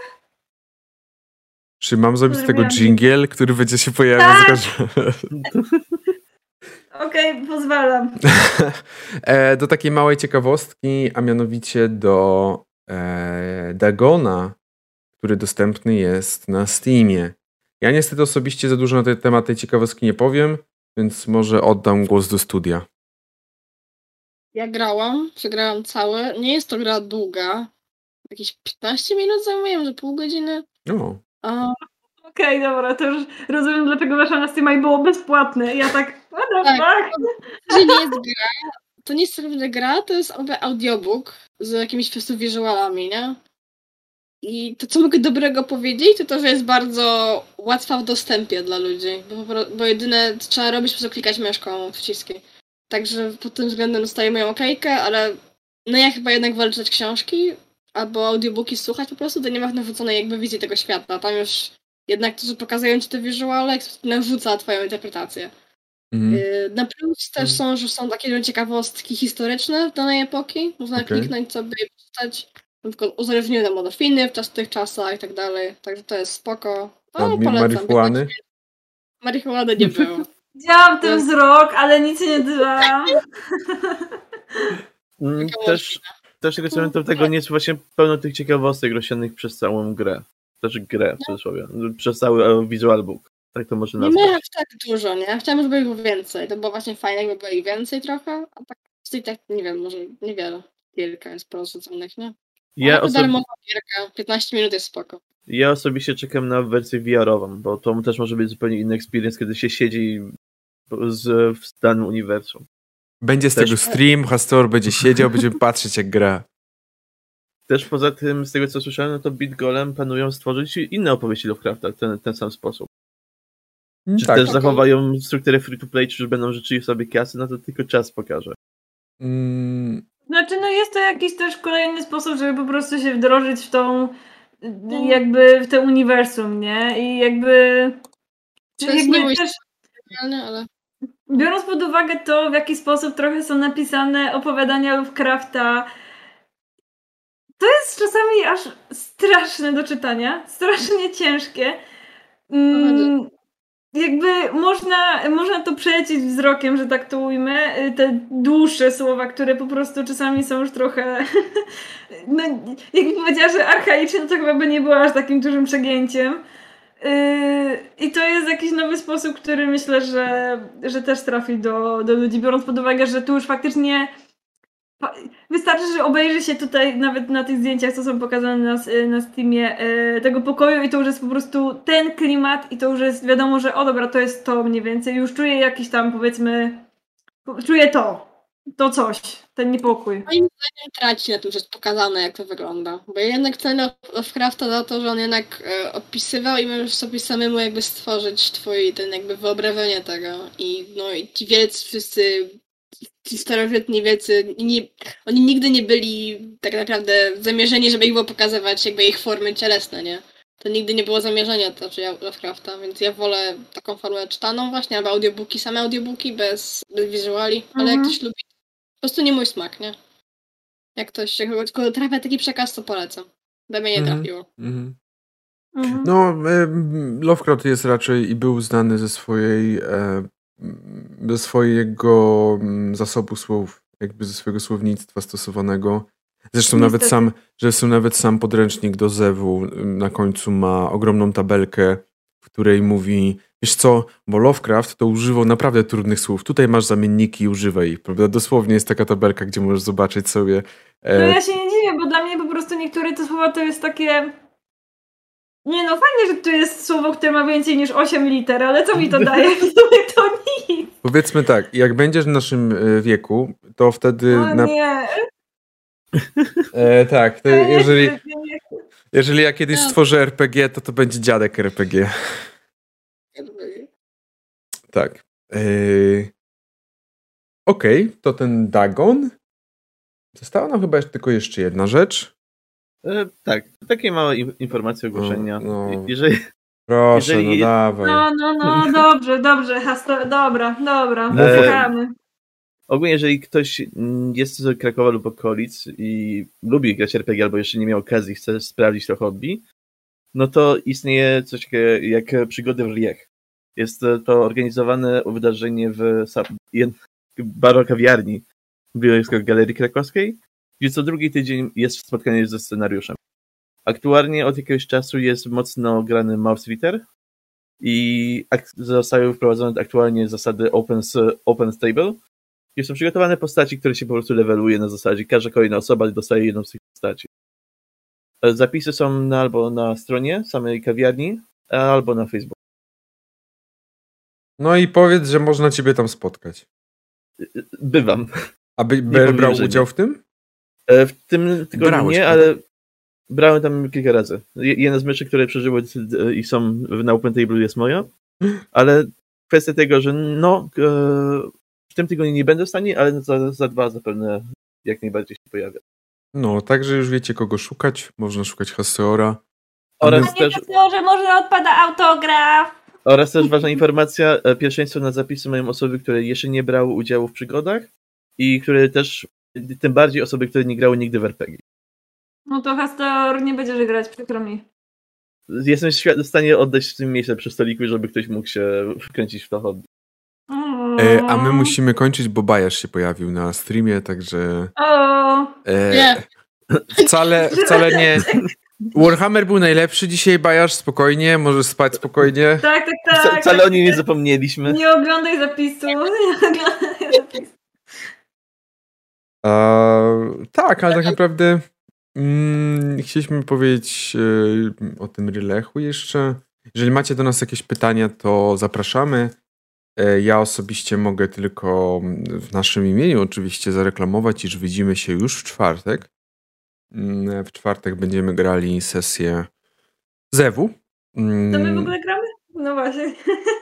Czy mam zrobić z tego Zrobiłam. dżingiel, który będzie się pojawiał Tak. za każdym razem? Okej, pozwalam. e, do takiej małej ciekawostki, a mianowicie do e, Dagona, który dostępny jest na Steamie. Ja niestety osobiście za dużo na ten temat tej ciekawostki nie powiem, więc może oddam głos do studia. Ja grałam, przegrałam całe. Nie jest to gra długa. Jakieś piętnaście minut zajmuje, może pół godziny. O, A, Okej, dobra, to już rozumiem, dlaczego weszłam na Steama i było bezpłatne. I ja tak, what the Tak. fuck? to nie jest gra. To nie jest naprawdę gra, to jest audiobook z jakimiś po prostu wizualami, nie? I to, co mogę dobrego powiedzieć, to to, że jest bardzo łatwa w dostępie dla ludzi. Bo, po pro- bo jedyne, co trzeba robić, to po prostu klikać myszką przyciski. Także pod tym względem dostaję moją okejkę, ale no ja chyba jednak wolę czytać książki albo audiobooki słuchać po prostu, to nie ma nawróconej jakby wizji tego świata. Tam już jednak to, że pokazują ci te wizuale, nawrzuca twoją interpretację. mhm. Yy, Na plus też są, że są takie ciekawostki historyczne danej epoki. Można Okej. kliknąć sobie i przeczytać. Na przykład uzależnione morfiny w czas, tych czasach i tak dalej. Także to jest spoko. A O, mi- polecam. marihuany? Marihuany nie było. Widziałam ten wzrok, ale nic nie dałam. Mm, Taka Też, też tego co wiem, to tego nie jest właśnie pełno tych ciekawostek rozsianych przez całą grę. Też grę, w cudzysłowie. Przez cały e, visual book. Tak to może Nie nazwać. miałem aż tak dużo, nie? Chciałam, żeby ich było więcej. To było właśnie fajne, jakby było ich więcej trochę. A tak, i tak nie wiem, może niewiele. Kilka jest porozrzuconych, nie? Ja, Ale to osobi- darmowa gierka. piętnaście minut jest spoko. ja osobiście czekam na wersję V R-ową, bo to też może być zupełnie inny experience, kiedy się siedzi z, w danym uniwersum. Będzie z Też- tego stream, Hastor będzie siedział, będziemy patrzeć jak gra. Też poza tym, z tego co słyszałem, no to Beat Golem planują stworzyć inne opowieści Lovecrafta w ten, ten sam sposób. Czy tak. też tak. zachowają strukturę free-to-play, czy już będą życzyli sobie kasy, no to tylko czas pokaże. Mm, Znaczy, no jest to jakiś też kolejny sposób, żeby po prostu się wdrożyć w tą, No. jakby w te uniwersum, nie? I jakby... To jest jakby nie mój też, specjalny, ale... biorąc pod uwagę to, w jaki sposób trochę są napisane opowiadania Lovecrafta, to jest czasami aż straszne do czytania, strasznie ciężkie. Mm, jakby można, można to przelecieć wzrokiem, że tak to ujmę. Te dłuższe słowa, które po prostu czasami są już trochę... no, jakbym powiedziała, że archaiczne, to chyba by nie było aż takim dużym przegięciem. Yy, I to jest jakiś nowy sposób, który myślę, że, że też trafi do, do ludzi, biorąc pod uwagę, że tu już faktycznie pa- wystarczy, że obejrzy się tutaj nawet na tych zdjęciach, co są pokazane na, na Steamie, yy, tego pokoju i to już jest po prostu ten klimat i to już jest wiadomo, że o dobra, to jest to mniej więcej. Już czuję jakiś tam, powiedzmy, czuję to, to coś, ten niepokój. Moim zdaniem traci na tym, że jest pokazane, jak to wygląda. Bo ja jednak cenię Lovecrafta za to, że on jednak e, opisywał i możesz sobie samemu jakby stworzyć twój, ten jakby wyobrażenie tego. I no i ci wielcy wszyscy, ci starożytni wielcy, nie, oni nigdy nie byli tak naprawdę zamierzeni, żeby ich było pokazywać jakby ich formy cielesne, nie? To nigdy nie było zamierzenia to, czy ja Lovecrafta, więc ja wolę taką formę czytaną właśnie, albo audiobooki, same audiobooki bez, bez wizuali, ale jak Mhm. ktoś lubi, po prostu nie mój smak, nie? Jak ktoś, jak tylko trafia taki przekaz, to polecam. Do mnie nie Mhm. trafiło. mhm. Mhm. No, em, Lovecraft jest raczej i był znany ze swojej e, ze swojego zasobu słów, jakby ze swojego słownictwa stosowanego. Zresztą Niestety. nawet sam, zresztą nawet sam podręcznik do Zewu na końcu ma ogromną tabelkę, w której mówi, wiesz co, bo Lovecraft to używał naprawdę trudnych słów. Tutaj masz zamienniki, używaj. Prawda? Dosłownie jest taka tabelka, gdzie możesz zobaczyć sobie. E... No ja się nie dziwię, bo dla mnie po prostu niektóre te słowa to jest takie... Nie no, fajnie, że tu jest słowo, które ma więcej niż osiem liter, ale co mi to daje? To nic. Powiedzmy tak, jak będziesz w naszym wieku, to wtedy... O na... nie. E, tak, to jeżeli, jeżeli ja kiedyś stworzę er pe gie, to to będzie dziadek er pe gie. Tak. E, Okej, okay, to ten Dagon. Została nam chyba tylko jeszcze jedna rzecz. E, tak, takie małe informacje, ogłoszenia. No, no. Jeżeli, Proszę, jeżeli... no dawaj. No, no, no, dobrze, dobrze, Hasto, dobra, dobra, słuchamy. E, ogólnie, jeżeli ktoś jest z Krakowa lub okolic i lubi grać er pe gie albo jeszcze nie miał okazji, chce sprawdzić to hobby, no to istnieje coś takiego jak przygody w Liech. Jest to organizowane wydarzenie w baru kawiarni w Galerii Krakowskiej, gdzie co drugi tydzień jest spotkanie ze scenariuszem. Aktualnie od jakiegoś czasu jest mocno grany Mouse Ritter i ak- zostały wprowadzone aktualnie zasady Open, open Stable, gdzie są przygotowane postaci, które się po prostu leveluje na zasadzie. Każda kolejna osoba dostaje jedną z tych postaci. Zapisy są na, albo na stronie samej kawiarni, albo na Facebooku. No i powiedz, że można ciebie tam spotkać. Bywam. A by, by brał udział w tym? W tym tygodniu nie, ale brałem tam kilka razy. Jedna z meczy, które przeżyły i są na Open Table jest moja, ale kwestia tego, że no w tym tygodniu nie będę w stanie, ale za, za dwa zapewne jak najbardziej się pojawia. No, także już wiecie kogo szukać. Można szukać Haseora. Oraz Panie też... Haseorze, może odpada autograf. Oraz też ważna informacja, pierwszeństwo na zapisy mają osoby, które jeszcze nie brały udziału w przygodach i które też, tym bardziej osoby, które nie grały nigdy w er pe gie. No to Haseor nie będziesz grać, przykro mi. Jestem w stanie oddać w tym miejsce przy stoliku, żeby ktoś mógł się wkręcić w to hobby. E, a my musimy kończyć, bo Bajasz się pojawił na streamie, także... O, e, nie. Wcale, wcale nie... Warhammer był najlepszy dzisiaj, Bajasz, spokojnie, możesz spać spokojnie. Tak, tak, tak. Wcale tak, o nim nie zapomnieliśmy. Nie oglądaj zapisu. Nie oglądaj zapisu. Uh, tak, ale tak naprawdę mm, chcieliśmy powiedzieć yy, o tym Rylechu jeszcze. Jeżeli macie do nas jakieś pytania, to zapraszamy. Yy, ja osobiście mogę tylko w naszym imieniu oczywiście zareklamować, iż widzimy się już w czwartek. Yy, w czwartek będziemy grali sesję Zewu. Yy. To my w ogóle gramy? No właśnie.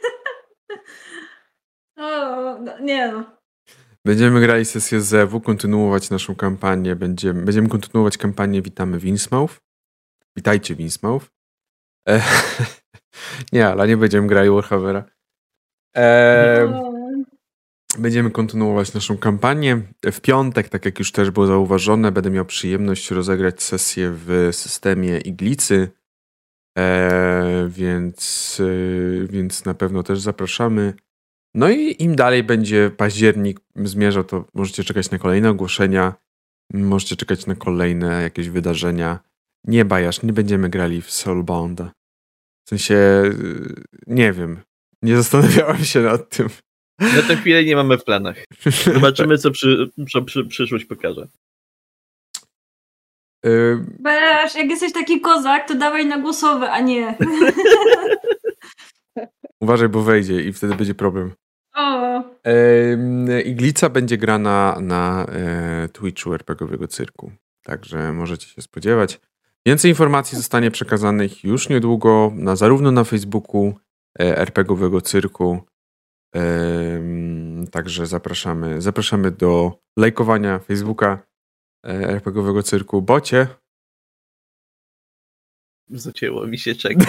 o, no, nie no. Będziemy grali sesję Zewu, kontynuować naszą kampanię. Będziemy, będziemy kontynuować kampanię Witamy w Innsmouth. Witajcie w Innsmouth. E, nie, ale nie będziemy grali Warhammera. E, będziemy kontynuować naszą kampanię. W piątek, tak jak już też było zauważone, będę miał przyjemność rozegrać sesję w systemie Iglicy. E, więc, e, więc na pewno też zapraszamy. No i im dalej będzie październik zmierzał, to możecie czekać na kolejne ogłoszenia, możecie czekać na kolejne jakieś wydarzenia. Nie, Bajasz, nie będziemy grali w Soulbounda. W sensie, nie wiem, nie zastanawiałem się nad tym. Na tę chwilę nie mamy w planach. Zobaczymy, co, przy, co przy, przyszłość pokaże. Yy... Bajasz, jak jesteś taki kozak, to dawaj na głosowe, a nie... Uważaj, bo wejdzie i wtedy będzie problem. O. E, Iglica będzie grana na e, Twitchu er pe gie owego Cyrku. Także możecie się spodziewać. Więcej informacji zostanie przekazanych już niedługo, na, zarówno na Facebooku e, er pe gie owego Cyrku. E, także zapraszamy, zapraszamy do lajkowania Facebooka e, er pe gie owego Cyrku. Bocie. Zacięło mi się czeka.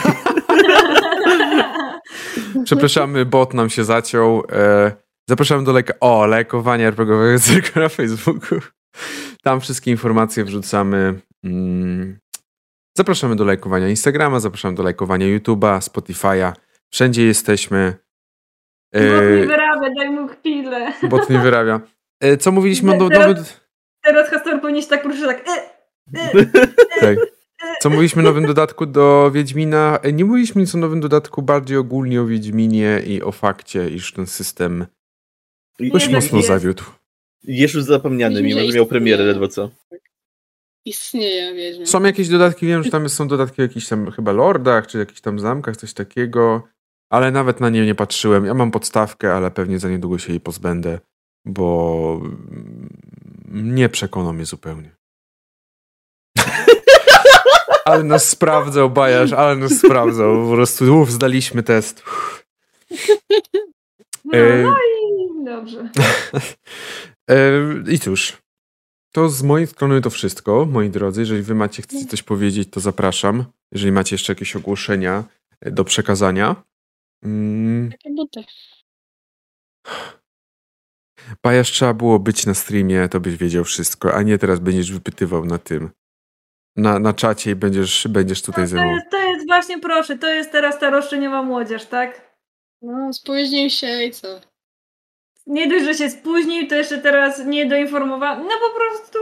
Przepraszamy, bot nam się zaciął. E, zapraszamy do lajka- o, lajkowania er pe gie owego Cyrku na Facebooku. Tam wszystkie informacje wrzucamy. Mm. Zapraszamy do lajkowania Instagrama, zapraszamy do lajkowania YouTube'a, Spotify'a. Wszędzie jesteśmy. Bot nie wyrabia, daj mu chwilę. Bot nie wyrabia. E, co mówiliśmy o teraz, nowym... Teraz Hastor powinien się tak ruszyć, tak... E, e, e, tak. Co mówiliśmy o nowym dodatku do Wiedźmina? Nie mówiliśmy nic o nowym dodatku, bardziej ogólnie o Wiedźminie i o fakcie, iż ten system dość mocno jest. zawiódł. Jest już zapomniany, mimo że miał premierę ledwo co. Istnieje, Wiedźmin. Są jakieś dodatki, wiem, że tam są dodatki o jakichś tam chyba lordach, czy jakichś tam zamkach, coś takiego, ale nawet na nie nie patrzyłem. Ja mam podstawkę, ale pewnie za niedługo się jej pozbędę, bo nie przekonał mnie zupełnie. Ale nas sprawdzał, Bajasz, ale nas sprawdzał. Po prostu uf, zdaliśmy test. No, e... no i dobrze. e... I cóż, to z mojej strony to wszystko, moi drodzy. Jeżeli wy macie, chcecie coś powiedzieć, to zapraszam. Jeżeli macie jeszcze jakieś ogłoszenia do przekazania. Mm. Jakie buty? Bajasz, trzeba było być na streamie, to byś wiedział wszystko, a nie teraz będziesz wypytywał na tym. Na, na czacie i będziesz, będziesz tutaj no, ze mną. To jest, to jest właśnie, proszę, to jest teraz ta roszczeniowa młodzież, tak? No, spóźnił się i co? Nie dość, że się spóźnił, to jeszcze teraz nie doinformowano. No po prostu...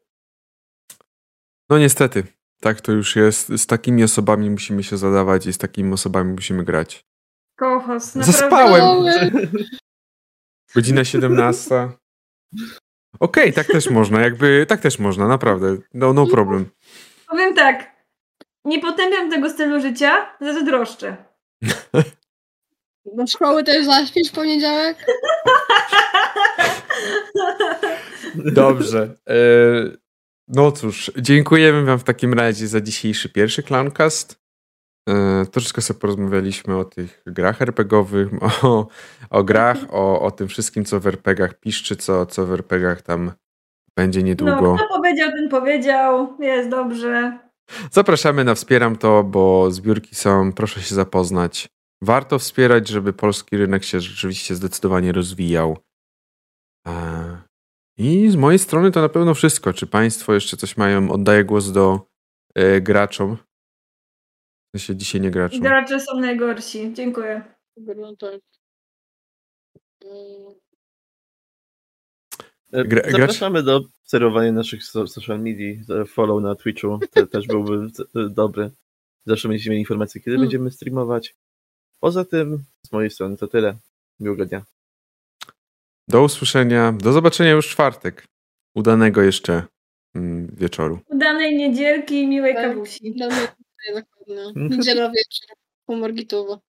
No niestety, tak to już jest. Z takimi osobami musimy się zadawać i z takimi osobami musimy grać. Kochos, naprawdę. Zaspałem! Godzina siedemnasta. Okej, okay, tak też można, jakby, tak też można, naprawdę. No, no problem. Powiem tak, nie potępiam tego stylu życia, zazdroszczę. Do szkoły też zaśpisz w poniedziałek? Dobrze. E, no cóż, dziękujemy wam w takim razie za dzisiejszy pierwszy Clowncast. E, troszeczkę sobie porozmawialiśmy o tych grach er pe gie owych, o, o grach, o, o tym wszystkim, co w er pe gie ach piszczy, co, co w er pe gie ach tam będzie niedługo. No, kto powiedział, ten powiedział. Jest dobrze. Zapraszamy na Wspieram To, bo zbiórki są, proszę się zapoznać. Warto wspierać, żeby polski rynek się rzeczywiście zdecydowanie rozwijał. I z mojej strony to na pewno wszystko. Czy państwo jeszcze coś mają? Oddaję głos do e, graczom. W sensie dzisiaj nie graczom. Gracze są najgorsi. Dziękuję. Gra, Zapraszamy do obserwowania naszych social media, follow na Twitchu, to też byłby dobry. Zawsze będziecie mieli informacje, kiedy hmm. będziemy streamować. Poza tym, z mojej strony to tyle. Miłego dnia. Do usłyszenia. Do zobaczenia już w czwartek. Udanego jeszcze mm, wieczoru. Udanej niedzielki i miłej kawusi. Dla mnie dokładnie. Niedziela wieczór. Humor gitowo.